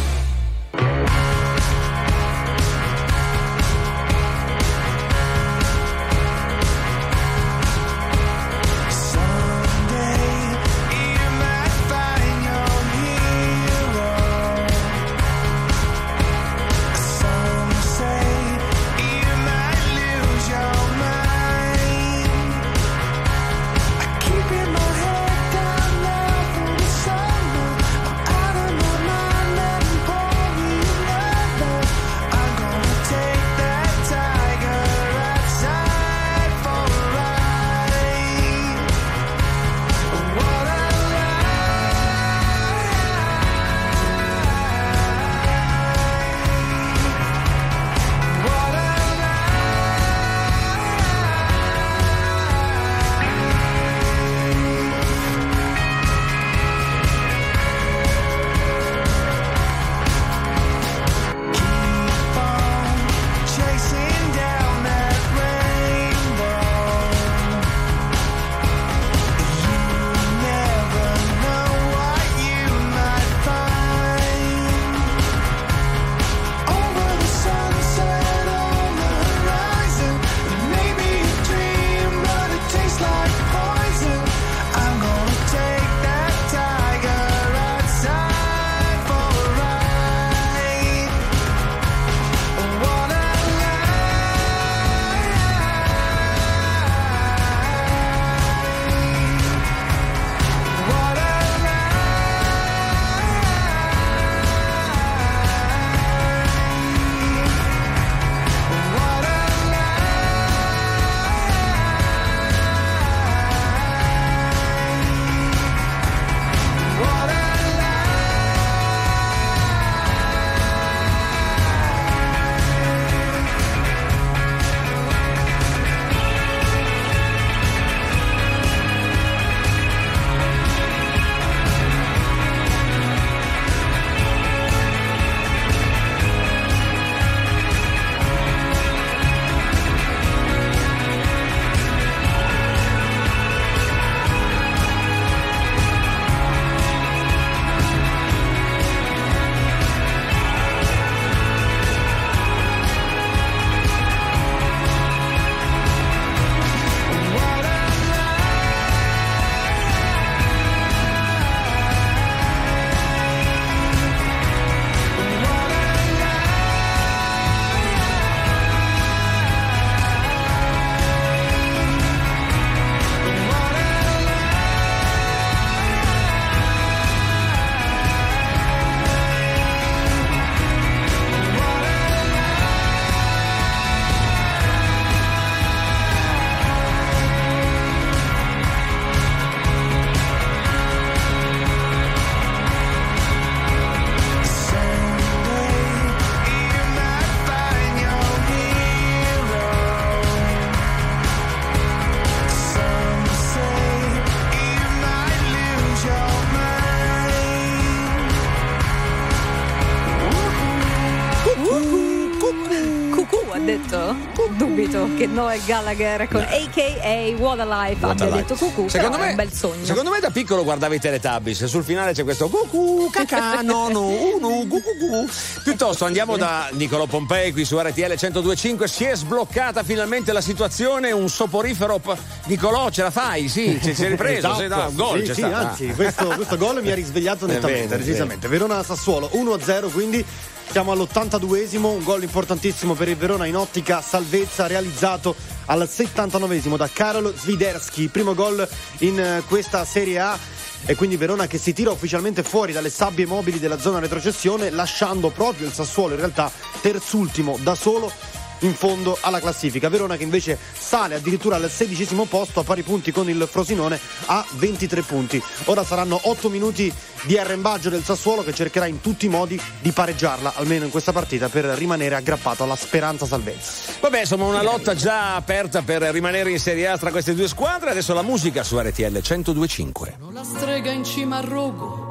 Dubito che Noel Gallagher con no. A K A What a Life What abbia a detto life. cucù, secondo però me, è un bel sogno. Secondo me da piccolo guardava i Teletubbies e sul finale c'è questo cucù, cacà, nono, uno, cucù. Piuttosto andiamo da Nicolò Pompei qui su R T L centodue e cinque. Si è sbloccata finalmente la situazione, un soporifero. Nicolò, ce la fai? Sì, ci sei ripreso, esatto. sei da un gol. Sì, c'è sì, stato. anzi, questo, questo gol mi ha risvegliato nettamente, decisamente. Verona-Sassuolo uno a zero, quindi siamo all'ottantaduesimo, un gol importantissimo per il Verona in ottica salvezza, realizzato al settantanovesimo da Karol Swiderski, primo gol in questa Serie A, e quindi Verona che si tira ufficialmente fuori dalle sabbie mobili della zona retrocessione, lasciando proprio il Sassuolo in realtà terzultimo da solo in fondo alla classifica. Verona che invece sale addirittura al sedicesimo posto a pari punti con il Frosinone a ventitré punti. Ora saranno otto minuti di arrembaggio del Sassuolo, che cercherà in tutti i modi di pareggiarla almeno in questa partita per rimanere aggrappato alla speranza salvezza. Vabbè, insomma, una lotta già aperta per rimanere in Serie A tra queste due squadre. Adesso la musica su R T L centodue e cinque. La strega in cima al rogo,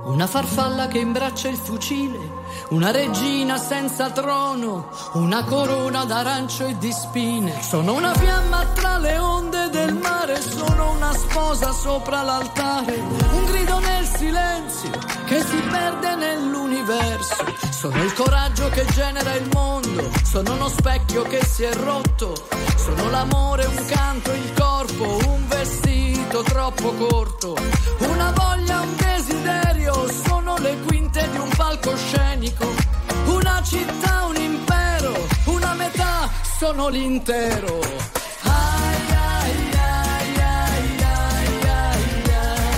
una farfalla che imbraccia il fucile, una regina senza trono, una corona d'arancio e di spine. Sono una fiamma tra le onde del mare, sono una sposa sopra l'altare, un grido nel silenzio che si perde nell'universo. Sono il coraggio che genera il mondo, sono uno specchio che si è rotto, sono l'amore, un canto, il corpo, un vestito troppo corto, una voglia, un desiderio, sono le quinte di un palcoscenico, una città, un impero, una metà, sono l'intero. Ai, ai, ai, ai, ai, ai,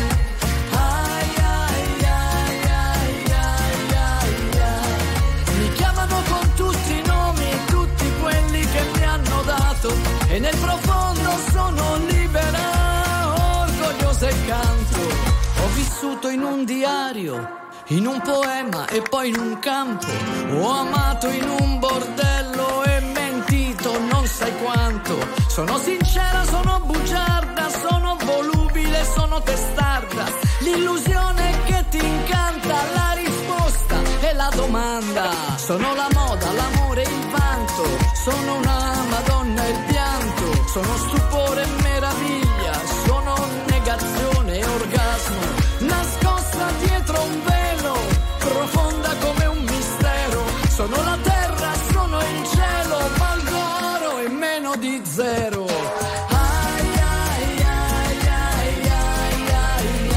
ai, ai, ai, ai, ai, ai. Mi chiamano con tutti i nomi, tutti quelli che mi hanno dato, e nel profondo sono libera, orgogliosa e canto. Ho vissuto in un diario, in un poema e poi in un campo, ho amato in un bordello e mentito non sai quanto. Sono sincera, sono bugiarda, sono volubile, sono testarda, l'illusione che ti incanta, la risposta e la domanda. Sono la moda, l'amore, il vanto, sono una madonna e il pianto, sono stupore e meraviglia, sono negazione e orgasmo, nascosta dietro un velo, profonda come un mistero. Sono la terra, sono il cielo, valgo oro e meno di zero. Ai, ai, ai, ai, ai, ai,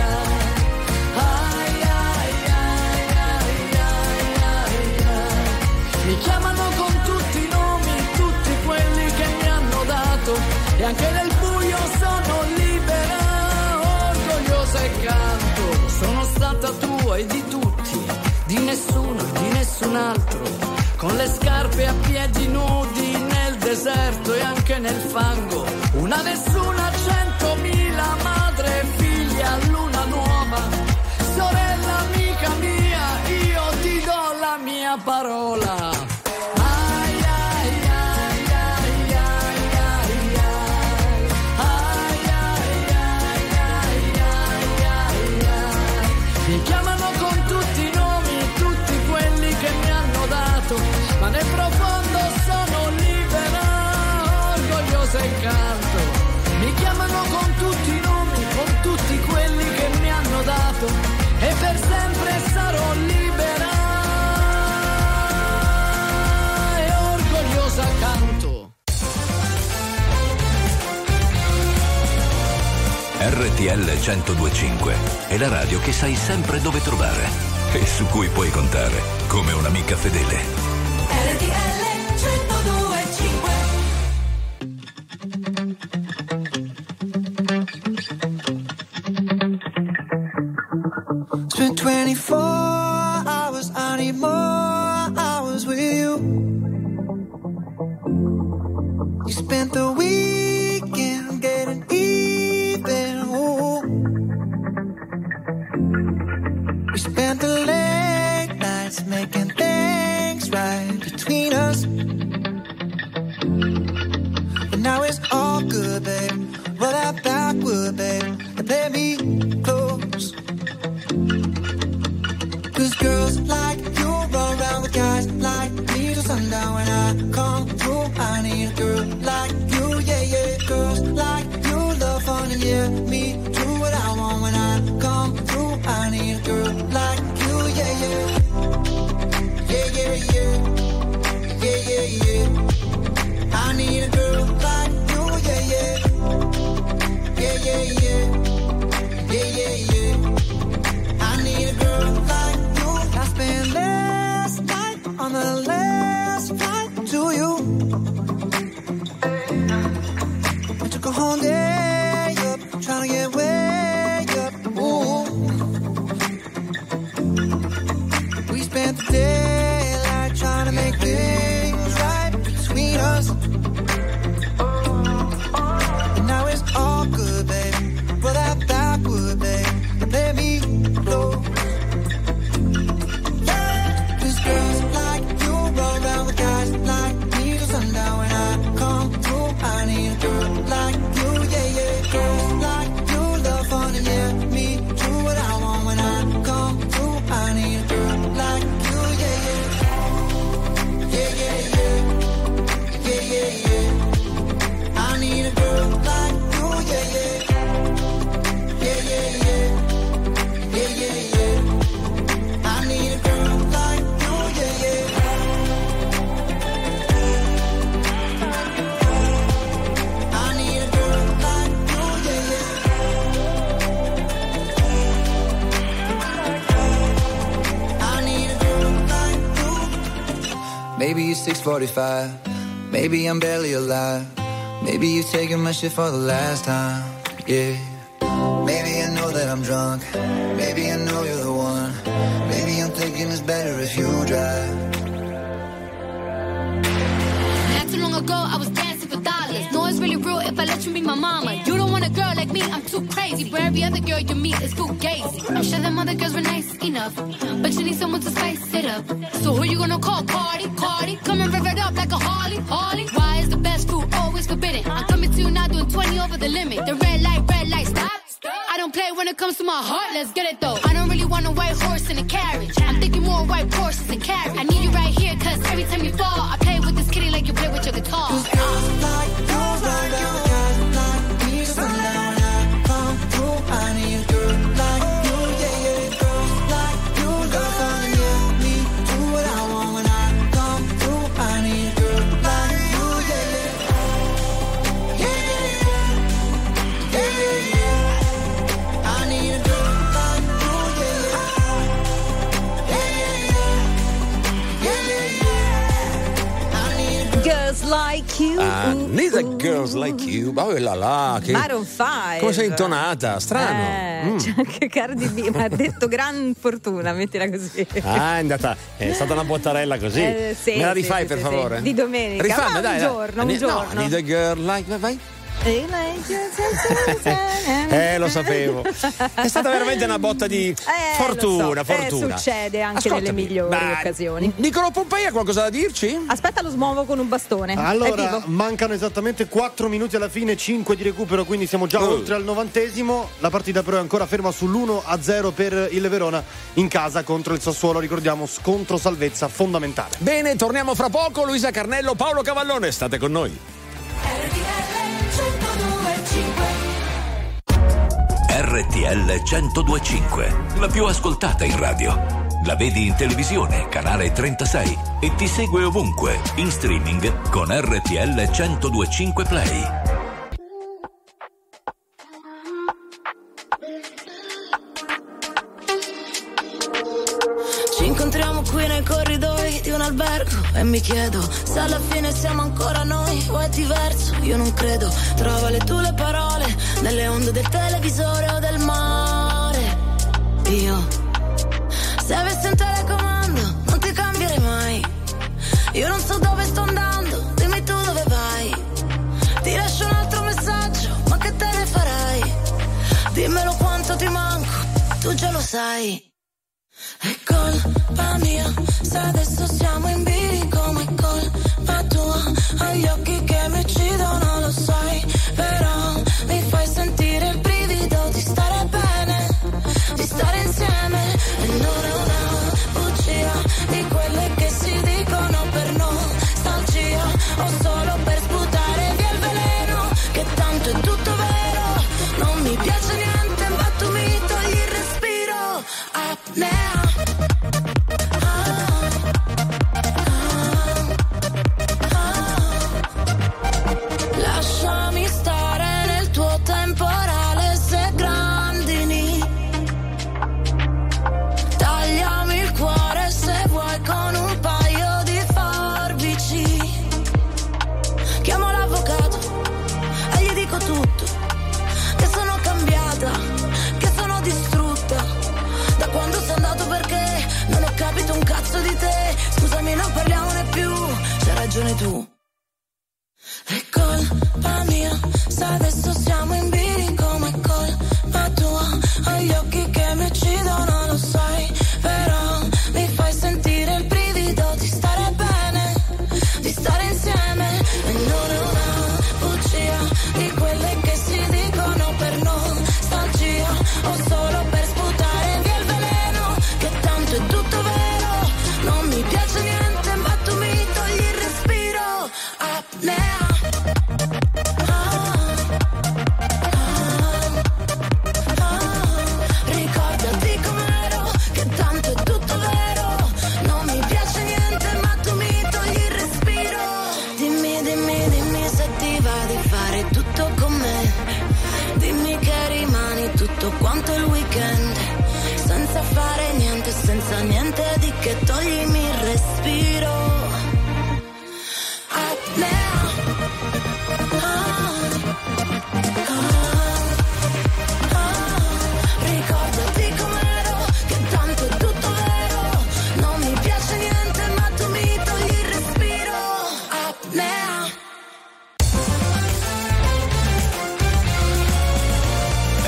ai, ai, ai, ai, ai. Mi chiamano con tutti i nomi, tutti quelli che mi hanno dato, e anche nel buio sono libera, orgogliosa e canto. Sono stata tua e di tutti, di nessuno, di nessun altro, con le scarpe a piedi nudi nel deserto e anche nel fango. Una nessuna, centomila, madre e figlia, luna nuova, sorella, amica mia, io ti do la mia parola. Mi chiamano con tutti i nomi, tutti quelli che mi hanno dato, ma nel profondo sono libera, orgogliosa e canto. Mi chiamano con tutti i nomi, con tutti quelli che mi hanno dato, e per sempre sarò libera e orgogliosa canto. R T L centodue e cinque è la radio che sai sempre dove trovare e su cui puoi contare come un'amica fedele. R T L centodue e cinque. Spent twenty-four hours, I need more hours with you. You spent the weekend getting even. Ooh. We spent the late nights making things right between us. But now it's all good, babe. Roll that backward, babe, and play me close. Cause girls like you run around with guys like me till sundown. When I come through, I need a girl like you, yeah, yeah. Girls like you love fun and yeah, me do what I want. When I come through, I need a girl like you, yeah, yeah. Yeah, yeah, yeah. Yeah, yeah, yeah. I need a girl like you, yeah, yeah. Yeah, yeah, yeah. Yeah, yeah, yeah. I need a girl like you. I spent last night on the last flight to you. I took a whole day up, trying to get way up. Ooh. We spent the daylight trying to make things right between us. And now it's all good, baby. Roll that backward, babe, and let me blow. Yeah. Cause girls like you roll around with guys like me till sundown. When I come through, I need a girl like you, yeah, six forty-five. Maybe I'm barely alive. Maybe you taking my shit for the last time. Yeah. Maybe I know that I'm drunk. Maybe I know you're the one. Maybe I'm thinking it's better if you drive. Not too long ago, I was dancing for dollars. No, it's really real if I let you be my mama. You don't want a girl like me, I'm too crazy. But every other girl you meet is fugazi. I'm sure them other girls were nice enough, but you need someone to spice it up. So who you gonna call? Cardi, Cardi. Come and rev it up like a Harley, Harley. Why is the best food always forbidden? I'm coming to you now doing twenty over the limit. The red light, red light, stop. I don't play when it comes to my heart, let's get it though. I don't really want a white horse in a carriage. I'm thinking more white horses and carriage. I need you right here, cause every time you fall, I play with this kitty like you play with your guitar. Cause girls like, girls like you, guys like me, so now I come through, I need a girl like you, yeah, yeah. Girls like you, girls like you, me, do what I want when I come through, I need a girl like you, yeah, yeah. Yeah, yeah, yeah. Yeah, yeah, yeah. I need a girl like you, yeah, yeah. Yeah, yeah, yeah. Yeah, yeah, yeah. I need a Girls like you. Ah, need a girls like you. Oh là là, che... Maroon five. Come sei intonata? Strano. Eh, Mm. c'è anche Cardi B, ma ha detto gran fortuna, mettila così. Ah, è andata, è stata una bottarella così. Eh, sì, Me la sì, rifai sì, per sì, favore? sì. Di domenica. Rifammi, Ma dai, un dai. giorno, un No, giorno. need a girl like, vai, vai. Eh, lo sapevo. È stata veramente una botta di Eh, fortuna, lo so. fortuna. Eh, succede anche Ascoltami, nelle migliori ma occasioni. Nicolò Pompei ha qualcosa da dirci? Aspetta, lo smuovo con un bastone. È Allora, vivo. mancano esattamente quattro minuti alla fine, cinque di recupero, quindi siamo già Oh. oltre al novantesimo. La partita però è ancora ferma sull'uno a zero per il Verona in casa contro il Sassuolo, ricordiamo, scontro salvezza fondamentale. Bene, torniamo fra poco. Luisa Carnello, Paolo Cavallone, state con noi. R T L centodue e cinque, la più ascoltata in radio. La vedi in televisione, canale trentasei, e ti segue ovunque, in streaming con R T L centodue e cinque Play. Ci incontriamo qui nei corridoi di un albergo e mi chiedo se alla fine siamo ancora noi o è diverso. Io non credo, trova le tue le parole nelle onde del televisore o del mare. Io, se avessi un telecomando, non ti cambierei mai. Io non so dove sto andando, dimmi tu dove vai. Ti lascio un altro messaggio, ma che te ne farai? Dimmelo quanto ti manco, tu già lo sai. È colpa mia, se adesso siamo in bilico, ma è colpa tua. Hai gli occhi che mi uccidono, lo sai, però mi fai sentire il brivido di stare bene, di stare insieme. E non è una bugia di quelle che si dicono per nostalgia, o solo per sputare via il veleno, che tanto è tutto vero. Non mi piace niente, ma tu mi togli il respiro. Apnea. Lasciami stare nel tuo temporale se grandini. Tagliami il cuore se vuoi con un paio di forbici. Chiamo l'avvocato e gli dico tutto, che sono cambiata, che sono distrutta da quando sei andato, perché non ho capito un cazzo di te. Scusami, non parliamone più, c'hai ragione tu. È colpa mia, se adesso siamo in bilico, ma è colpa tua. Hai gli occhi che mi uccidono, lo sai, però mi fai sentire il brivido di stare bene, di stare insieme. E non è una bugia di quelle che si dicono per nostalgia, o solo per sputare via il veleno, che tanto è tutto vero. Non mi piace niente, ma tu mi togli il respiro. Apnea. Ricordati com'ero, che tanto è tutto vero. Non mi piace niente, ma tu mi togli il respiro. Dimmi, dimmi, dimmi se ti va di fare tutto con me. Dimmi che rimani tutto quanto il weekend, senza fare niente, senza niente di che, toglimi il respiro.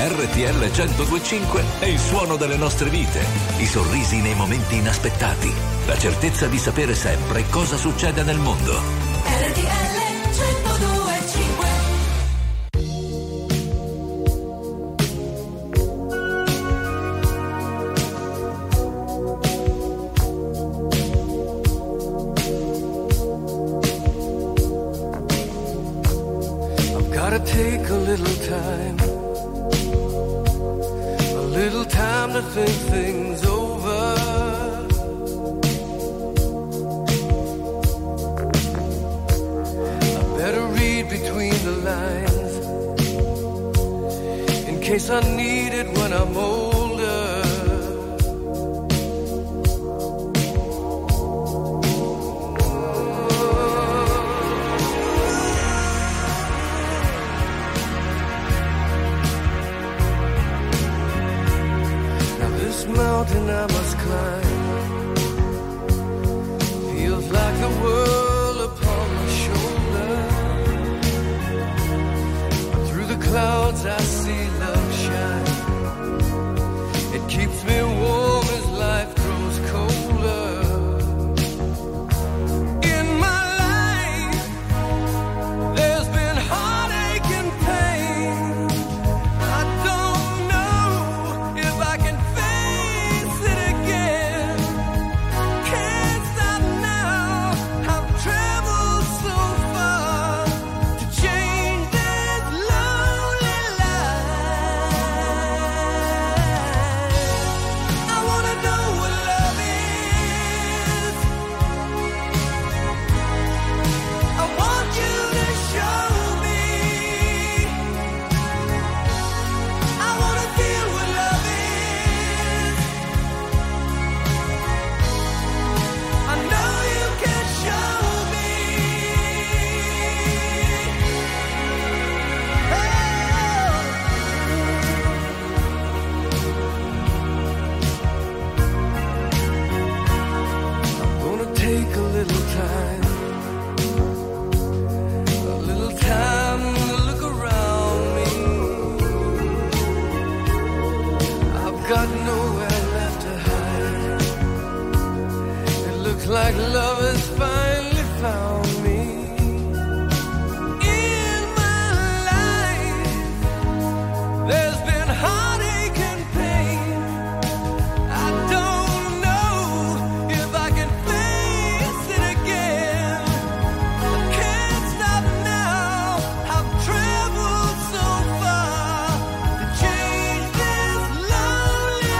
R T L centodue e cinque è il suono delle nostre vite, i sorrisi nei momenti inaspettati, la certezza di sapere sempre cosa succede nel mondo. R T L centodue e cinque. Gotta take a little time, a little time to think things over. I better read between the lines, in case I need it when I'm older. Mountain I must climb feels like the world upon my shoulder. But through the clouds I see love shine. It keeps me warm as life grows colder. In my life there's been heartache and pain. I don't know if I can like love has finally found me. In my life there's been heartache and pain. I don't know if I can face it again. I can't stop now. I've traveled so far to change this lonely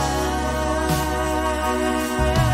life.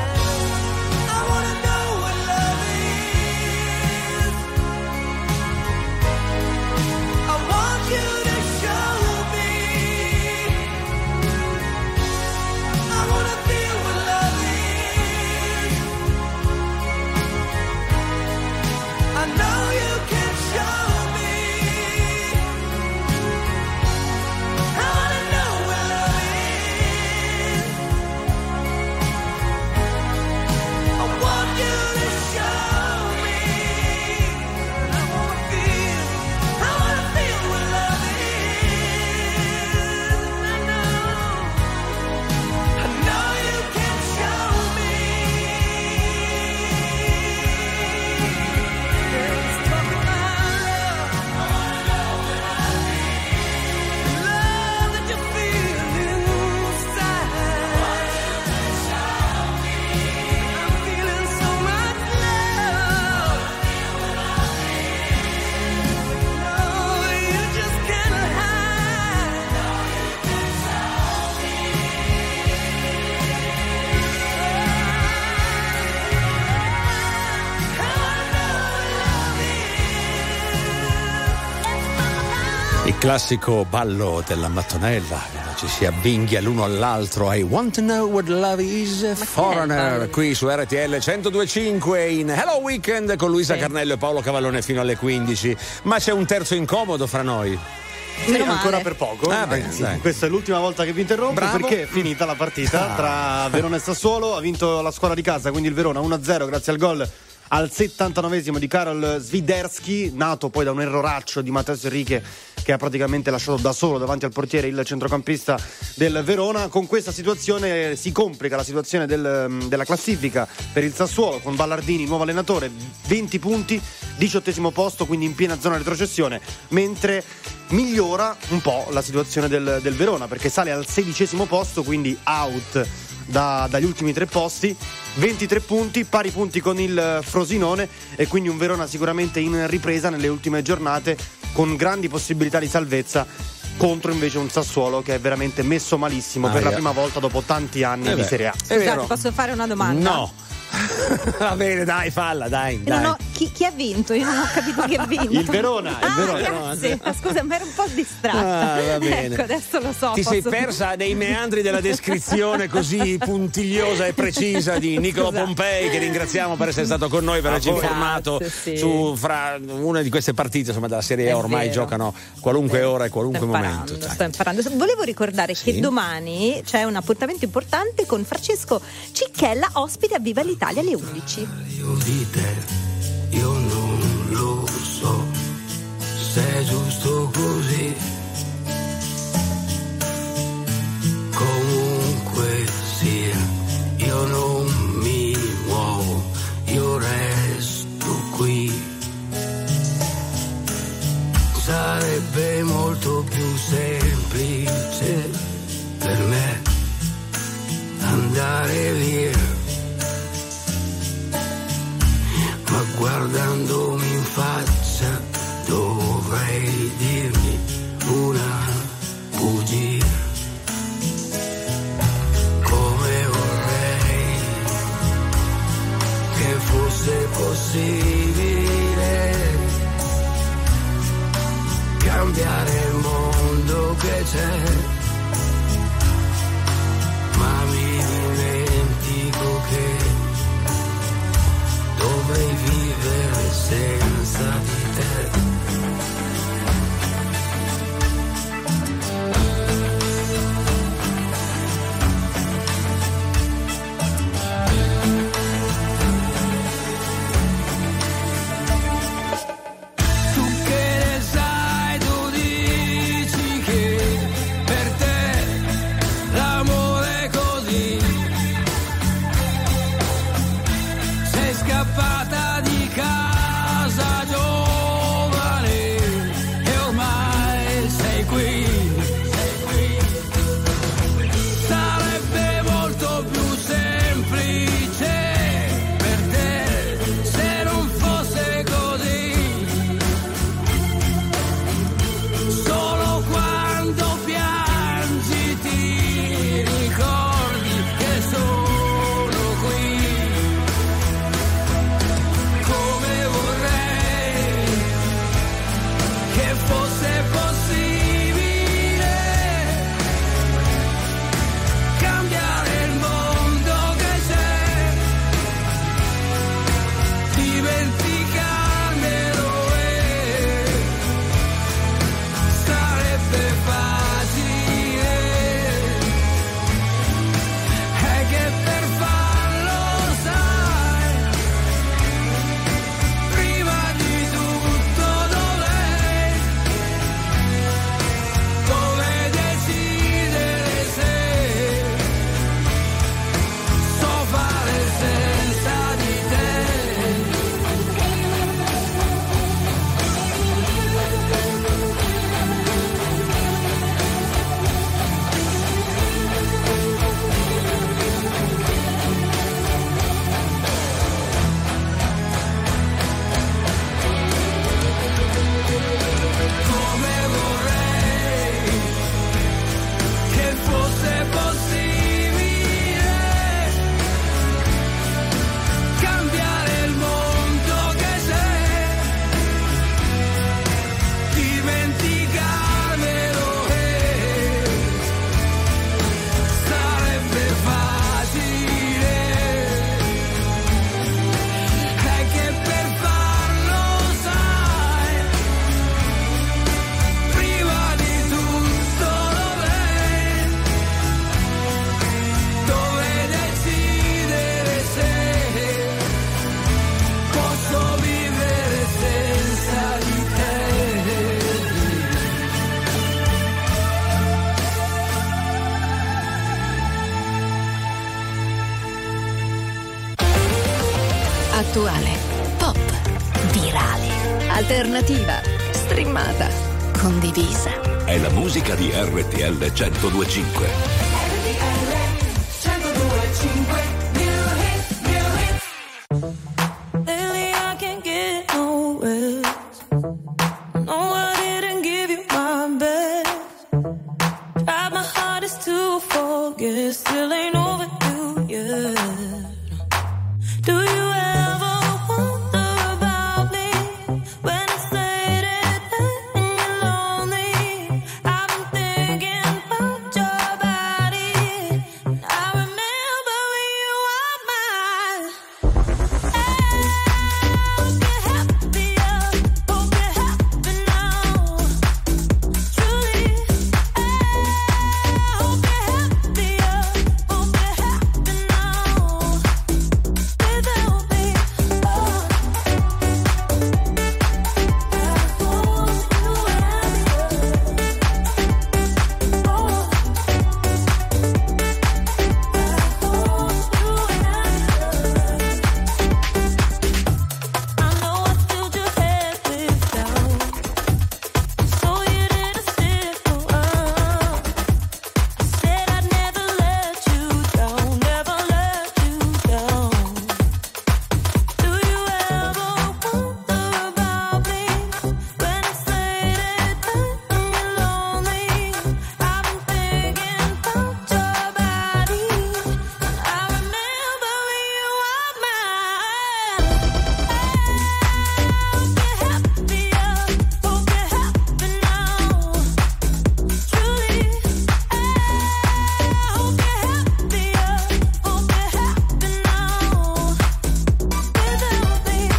Classico ballo della mattonella, ci si avvinghia l'uno all'altro. I want to know what love is. Foreigner, qui su R T L centodue e cinque in Hello Weekend con Luisa sì. Carnello e Paolo Cavallone fino alle quindici. Ma c'è un terzo incomodo fra noi. Sì, ancora per poco. Ah, beh, sì. Questa è l'ultima volta che vi interrompo. Bravo. Perché è finita la partita ah. tra Verona e Sassuolo. Ha vinto la squadra di casa, quindi il Verona uno a zero grazie al gol al settantanovesimo di Karol Swiderski, nato poi da un erroraccio di Matheus Henrique, che ha praticamente lasciato da solo davanti al portiere il centrocampista del Verona. Con questa situazione si complica la situazione del, della classifica per il Sassuolo, con Ballardini nuovo allenatore, venti punti, diciottesimo posto, quindi in piena zona retrocessione, mentre migliora un po' la situazione del, del Verona, perché sale al sedicesimo posto, quindi out da, dagli ultimi tre posti, ventitré punti, pari punti con il Frosinone, e quindi un Verona sicuramente in ripresa nelle ultime giornate, con grandi possibilità di salvezza, contro invece un Sassuolo che è veramente messo malissimo ah, per yeah. la prima volta dopo tanti anni eh di beh, Serie A. Scusate, posso fare una domanda? No. Va bene, dai, falla, dai. dai. Non ho, chi, chi ha vinto? Io non ho capito chi ha vinto. Il Verona. Il ah, Verona. Grazie. Ma scusa, ma ero un po' distratta. Ah, va bene. Ecco, adesso lo so. Ti posso... sei persa nei meandri della descrizione così puntigliosa e precisa di Niccolò Pompei, che ringraziamo per essere stato con noi, per averci informato Grazie, sì. su fra una di queste partite, insomma, della Serie A. Ormai vero. giocano qualunque ora e qualunque sto momento. Imparando, sto imparando. Volevo ricordare sì. che domani c'è un appuntamento importante con Francesco Cicchella, ospite a Viva l'Italia alle undici. Io di te, io non lo so, se è giusto così. Comunque sia, io non mi muovo, io resto qui. Sarebbe molto più semplice per me andare via, ma guardandomi in faccia dovrei dirmi una bugia. Come vorrei che fosse possibile cambiare il mondo che c'è, ma mi dimentico che dovrei vivere senza di te. Tu che ne sai, tu dici che attuale, pop, virale, alternativa, streamata, condivisa. È la musica di R T L centodue e cinque. R T L centodue e cinque. Lately I can't get no rest. No, I didn't give you my best. Tried my hardest to forget, still ain't over you yet. Do you ever wonder about me when it's late at night and you're lonely? I've been thinking about your body. I remember when you were mine. Hope you're happier, hope you're happy now. Truly, I hope you're happier, hope you're happy now. Without me, oh. I know I filled your head with doubt, so you didn't stick around. I said I'd never let you down, never let you down. Do you ever wonder about me when it's late at night and you're lonely? I've been thinking about your body, and I remember when you were mine. Hope you're happier, hope you're happy now. Truly, I hope you're happier, hope you're happy now. Without me,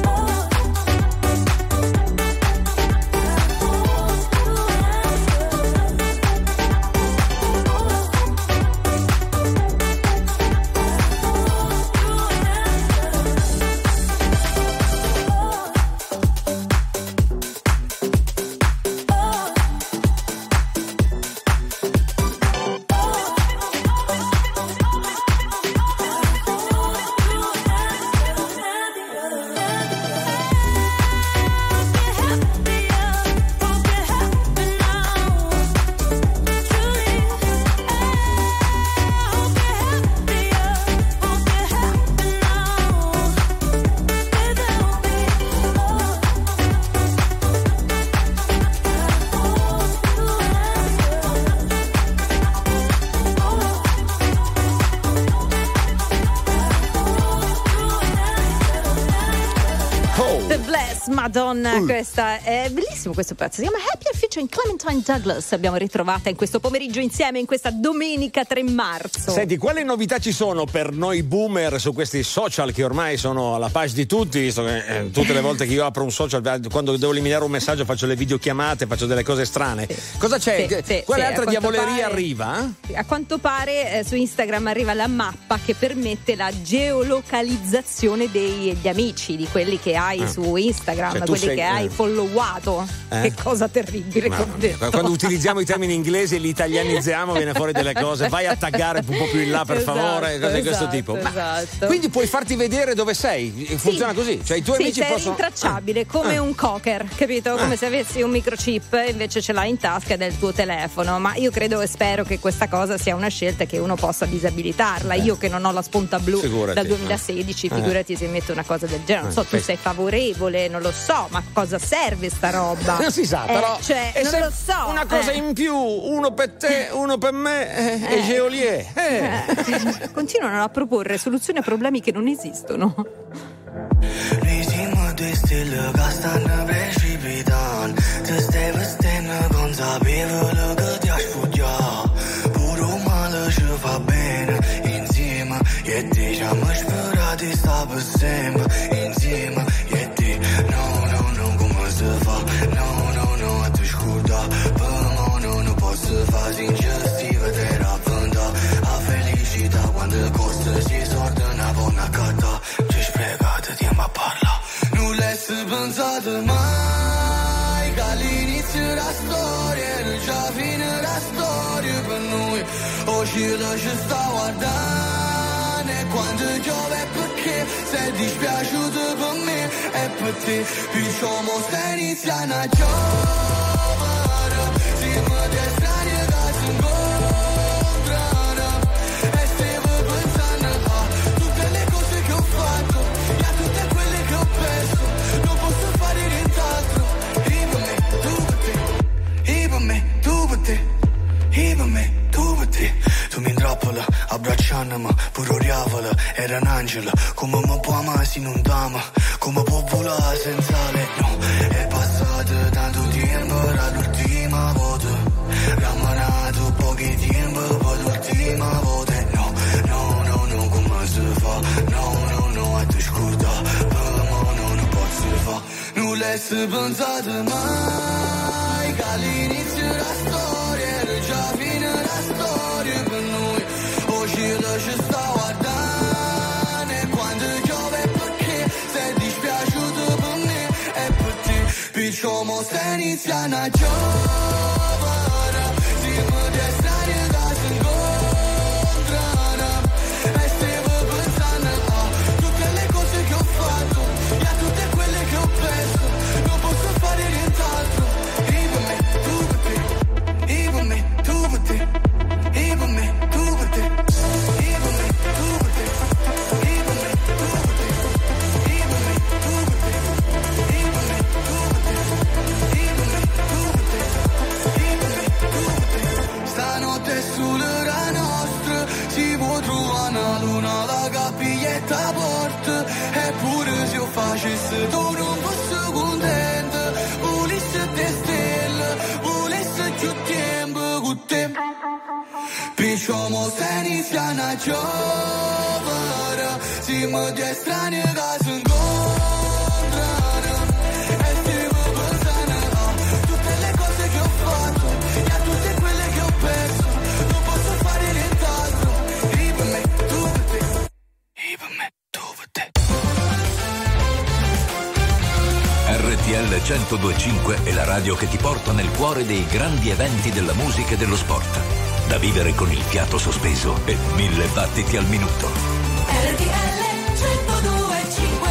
The Bless, Madonna, questa è bellissimo questo pezzo, si chiama Happier featuring Clementine Douglas. Abbiamo ritrovata in questo pomeriggio insieme in questa domenica tre marzo. Senti, quali novità ci sono per noi boomer su questi social che ormai sono alla page di tutti, visto che eh, tutte le volte che io apro un social, quando devo eliminare un messaggio faccio le videochiamate, faccio delle cose strane. Sì. Cosa c'è? Sì, sì, Quale sì, altra a diavoleria pare, arriva? A quanto pare eh, su Instagram arriva la mappa che permette la geolocalizzazione degli amici, di quelli che hai Ah. su Instagram, Cioè, tu quelli sei- che hai eh. followato. Eh? Che cosa terribile che ho Mamma mia, detto. quando utilizziamo i termini inglesi e li italianizziamo viene fuori delle cose. Vai a taggare un po' più in là, per Esatto, favore, cose di questo esatto, tipo. Ma esatto. quindi puoi farti vedere dove sei? Funziona Sì. così? Cioè i tuoi sì, amici sei possono. rintracciabile come Ah. un cocker, capito? Come Ah. se avessi un microchip e invece ce l'hai in tasca del tuo telefono. Ma io credo e spero che questa cosa sia una scelta che uno possa disabilitarla. Io che non ho la spunta blu Figurati, dal duemilasedici, eh. figurati se mette una cosa del genere. Non so, Eh, tu sì. sei favorevole, non lo so, ma cosa serve sta roba? Non si sa, Eh, però cioè, è non se- lo so. una cosa eh. in più, uno per te, uno per me eh, e Geolier. Eh. Eh, continuano a proporre soluzioni a problemi che non esistono. Risimu due stelle che stanno precipitando. Ti stai vestendo consapevole che ti ha sfuggito. Pure un male ci fa bene insieme. E te ci siamo sperati sta per sempre insieme. E te no, no, no, come si fa? No, no, no, ti scorda. Per me non posso fare sinceramente vedere a venda. A felicità quando costa si sorda una buona carta. Ci spiegate tempo a parlare. Non l'hai pensato mai che all'inizio della storia non c'è fine la storia per noi. Oggi la ci sta guardando e quando piove perché perché sei dispiaciuto per me e per te. Perciò mo stai iniziando a giovare, siamo dei strani che si incontrano e stiamo pensando a tutte le cose che ho fatto e a tutte quelle che ho perso. Non posso fare nient'altro. E per me, tu per te. E per me, tu per te. E per me, tu per te. Tu mi intrappola, abbracciandomi, pure oriavola, era un angelo. Come mi può amare se non t'ama? Come può volare senza lei? No, è passato tanto tempo dall'ultima volta. Rammanato pochi tempo per l'ultima volta. No, no, no, no, come si fa? No, no, no, a te scorda, per me non posso fa. Non l'hai pensato mai, che all'inizio della storia era già fine la storia per noi. Oggi lo ci sta guardando e quando piove perché sei dispiaciuto per me e per te. Perciò mo stai iniziando a giovare, siamo dei strani che si incontrano e stiamo pensando a tutte le cose che ho fatto e a tutte quelle che ho perso. Non posso fare nient'altro. E per me, tu per te. E per me, tu per te. E per me, tu per te. E per me, tu per te. E per me, tu per te. E per me, tu per te. E per me, tu per te. E per me, tu per te. E per me, tu per te. Stanotte sulla nostra si può trovare una luna, la capiglietta a porta. Eppure se io facessi tu non fossi contento. Volessi te stelle, volessi più tempo con te. Perciò mo stai iniziando a giovare, siamo dei strani che si incontrano e stiamo pensando a tutte le cose che ho fatto e a tutte quelle che ho perso. Non posso fare nient'altro. E per me, tu per te. E per me, tu per te. R T L centodue e cinque è la radio che ti porta nel cuore dei grandi eventi della musica e dello sport. Da vivere con il fiato sospeso e mille battiti al minuto. R T L centodue e cinque.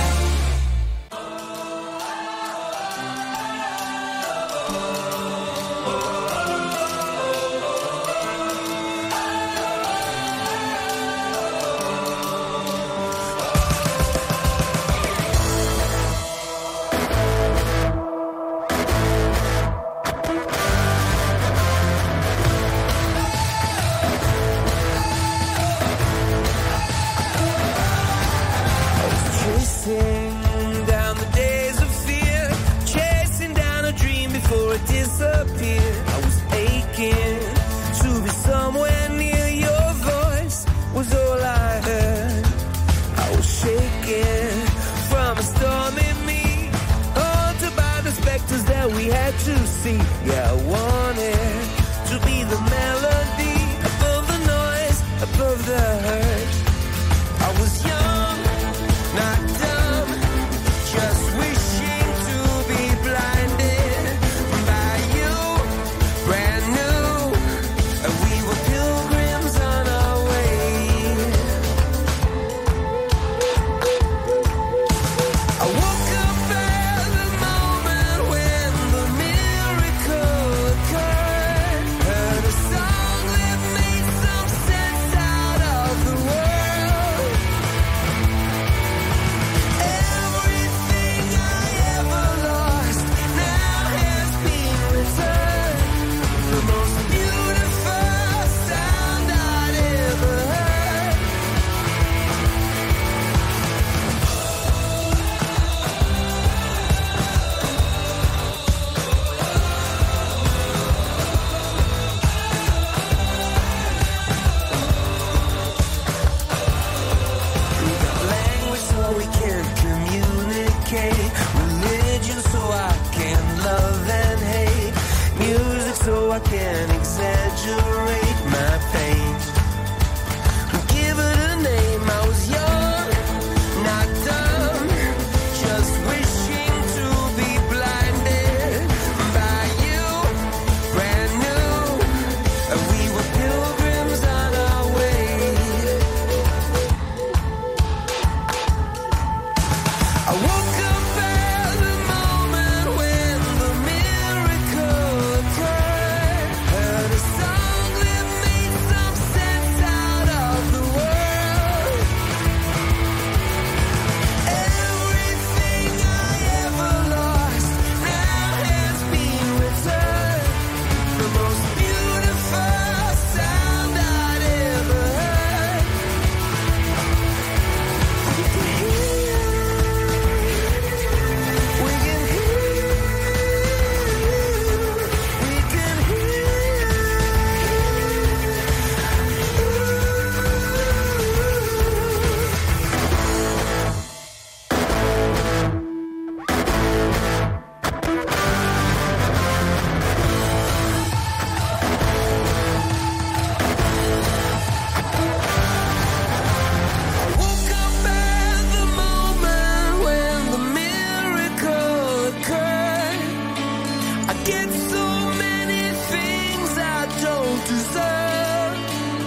deserve.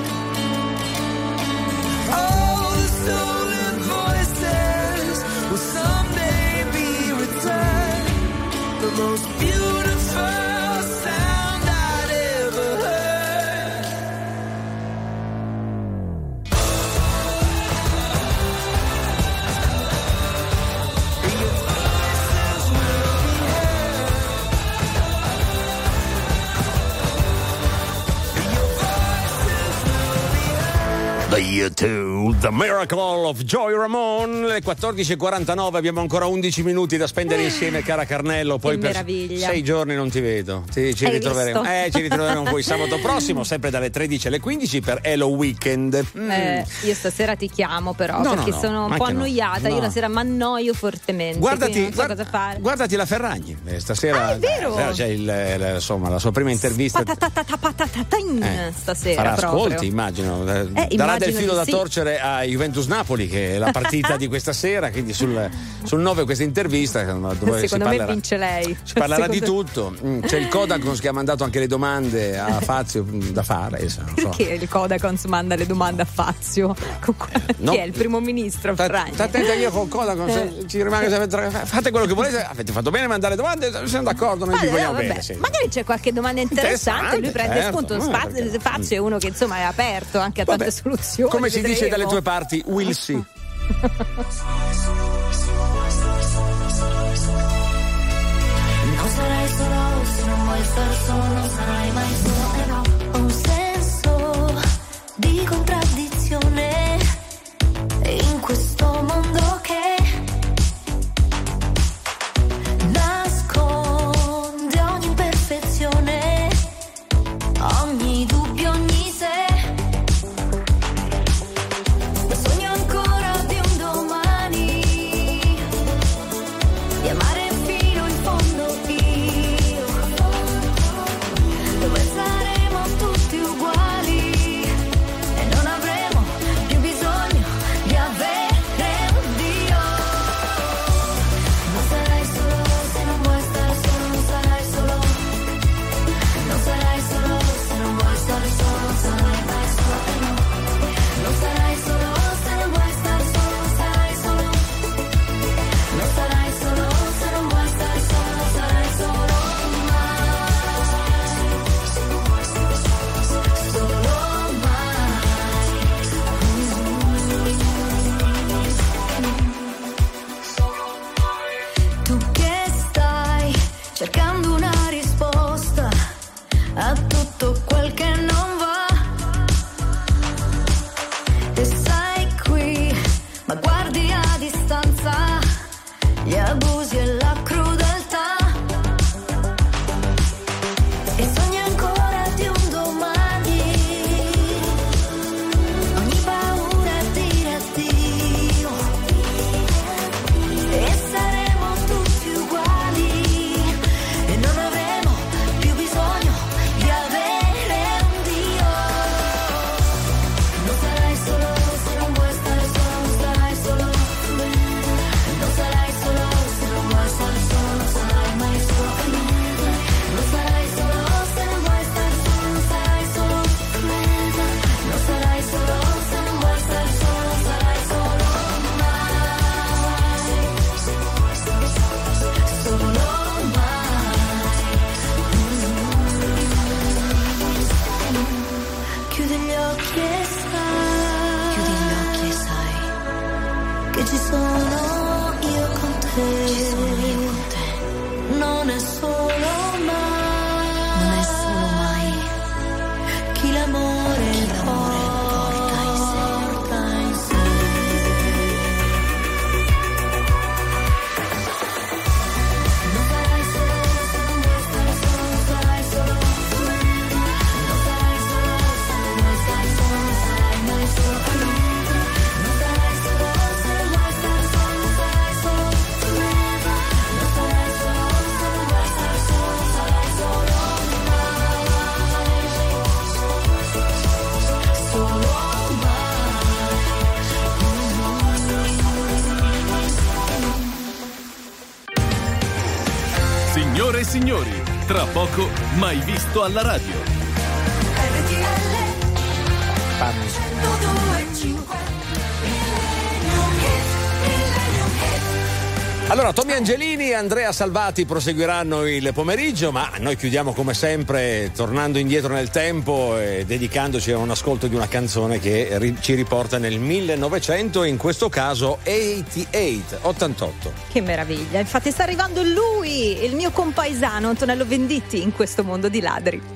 All the stolen voices will someday be returned. The most beautiful sound I'd ever heard. Your voices will be heard. Your voices will be heard. The U two, The Miracle of Joy Ramone. Le quattordici e quarantanove, abbiamo ancora undici minuti da spendere insieme, cara Carnello. Poi Che per meraviglia. sei giorni non ti vedo. Sì, ci Hai ritroveremo. visto? Eh, ci ritroveremo poi sabato prossimo, sempre dalle tredici alle quindici per Hello Weekend. Mm. Eh, io stasera ti chiamo però No, no, perché no, sono un ma po' che no. annoiata. No. Io la sera mi annoio fortemente. Guardati, quindi non so guarda- cosa fare. guardati la Ferragni. Eh, stasera, Ah, è vero? stasera c'è il, eh, insomma, la sua prima intervista. Patatatatatatain Eh, stasera Farà proprio. ascolti, immagino. Eh, Eh, Darà immagino del filo di da sì. torcere a Juventus Napoli, che è la partita di questa sera. Quindi sul, sul nove questa intervista. Dove si Secondo me parlerà, vince lei. si parlerà di Secondo- tutto. Mm, C'è il Codacons che ha mandato anche le domande a Fazio mm, da fare. eh, non so. Perché il Codacons manda le domande a Fazio? Con- no. Chi è il primo ministro? Ferragni? Sta attenta, io con Codacons Eh. ci rimane sempre- fate quello che volete. Avete fatto bene a mandare domande, siamo d'accordo, noi Vabbè, vi vogliamo no, vabbè. bene. Sì. Magari c'è qualche domanda interessante, Interessante, lui prende certo, spunto. no, Spazio, perché- Fazio è uno che insomma è aperto anche a tante Vabbè, soluzioni. Come si dice vedremo. dalle tue parti, we'll see. Non sarai solo se non vuoi star solo, non sarai mai solo, eh no. Ho un senso di contraddizione in questo mondo che nasconde ogni imperfezione, ogni dubbio, ogni se. Ma sogno ancora di un domani, di amare fino in fondo io, dove saremo tutti uguali e non avremo più bisogno di avere un Dio. Non sarai solo se non vuoi stare solo, non sarai solo, non sarai solo se non vuoi stare solo, non sarai mai solo, eh no. Non sarai solo se non vuoi stare solo, non sarai solo, non sarai solo se non vuoi stare solo, non sarai solo mai, solo mai. Tu che stai cercando una risposta a tutto quel che non va e sei qui, ma guardi a distanza gli abusi e la crudeltà e sogni ancora di un domani, ogni paura è dire addio e saremo tutti uguali e non avremo più bisogno di avere un Dio. Non sarai solo se non vuoi stare solo, non sarai solo, non sarai solo se non vuoi stare solo, non sarai mai solo, non sarai solo se non vuoi stare solo, non sarai solo, non sarai solo se non vuoi stare solo, non sarai solo mai, solo mai. Chiudi gli occhi e sai, chiudi gli occhi e sai che ci sono io con te, ci sono io con te. Non è solo mai, non è solo mai chi l'amore, chi l'amore porta in sé, porta in sé. Non sarai solo se non vuoi stare solo, non sarai solo, non sarai solo se non vuoi stare solo, non sarai mai solo, non sarai solo se non vuoi stare solo, non sarai solo, non sarai solo se non vuoi stare solo, non sarai solo mai, solo mai. Signore e signori, tra poco mai visto alla radio. Allora, Tommy Angelini e Andrea Salvati proseguiranno il pomeriggio, ma noi chiudiamo come sempre tornando indietro nel tempo e dedicandoci a un ascolto di una canzone che ri- ci riporta nel millenovecento e in questo caso ottantotto. ottantotto. Che meraviglia, infatti sta arrivando lui, il mio compaesano Antonello Venditti in questo mondo di ladri.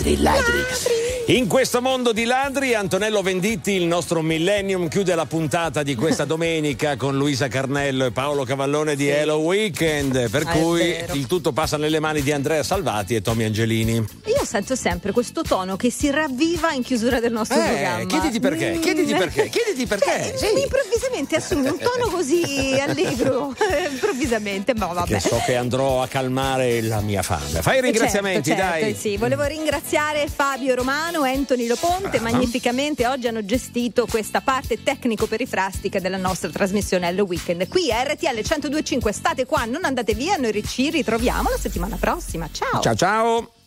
ladri, ladri. In questo mondo di ladri, Antonello Venditti, il nostro Millennium, chiude la puntata di questa domenica con Luisa Carnello e Paolo Cavallone di Hello Weekend, per Ah, cui il tutto passa nelle mani di Andrea Salvati e Tommy Angelini. Io sento sempre questo tono che si ravviva in chiusura del nostro Eh, programma. chiediti perché, Mm. chiediti perché, chiediti perché. Cioè, Sì. improvvisamente assume un tono così allegro, improvvisamente, ma vabbè. Che so che andrò a calmare la mia fame. Fai i ringraziamenti, certo, certo, dai. Sì, volevo ringraziare Fabio Romano e Anthony Loponte, magnificamente oggi hanno gestito questa parte tecnico-perifrastica della nostra trasmissione Hello Weekend. Qui a R T L centodue e cinque, state qua, non andate via, noi ci ritroviamo la settimana prossima. Ciao. Ciao ciao.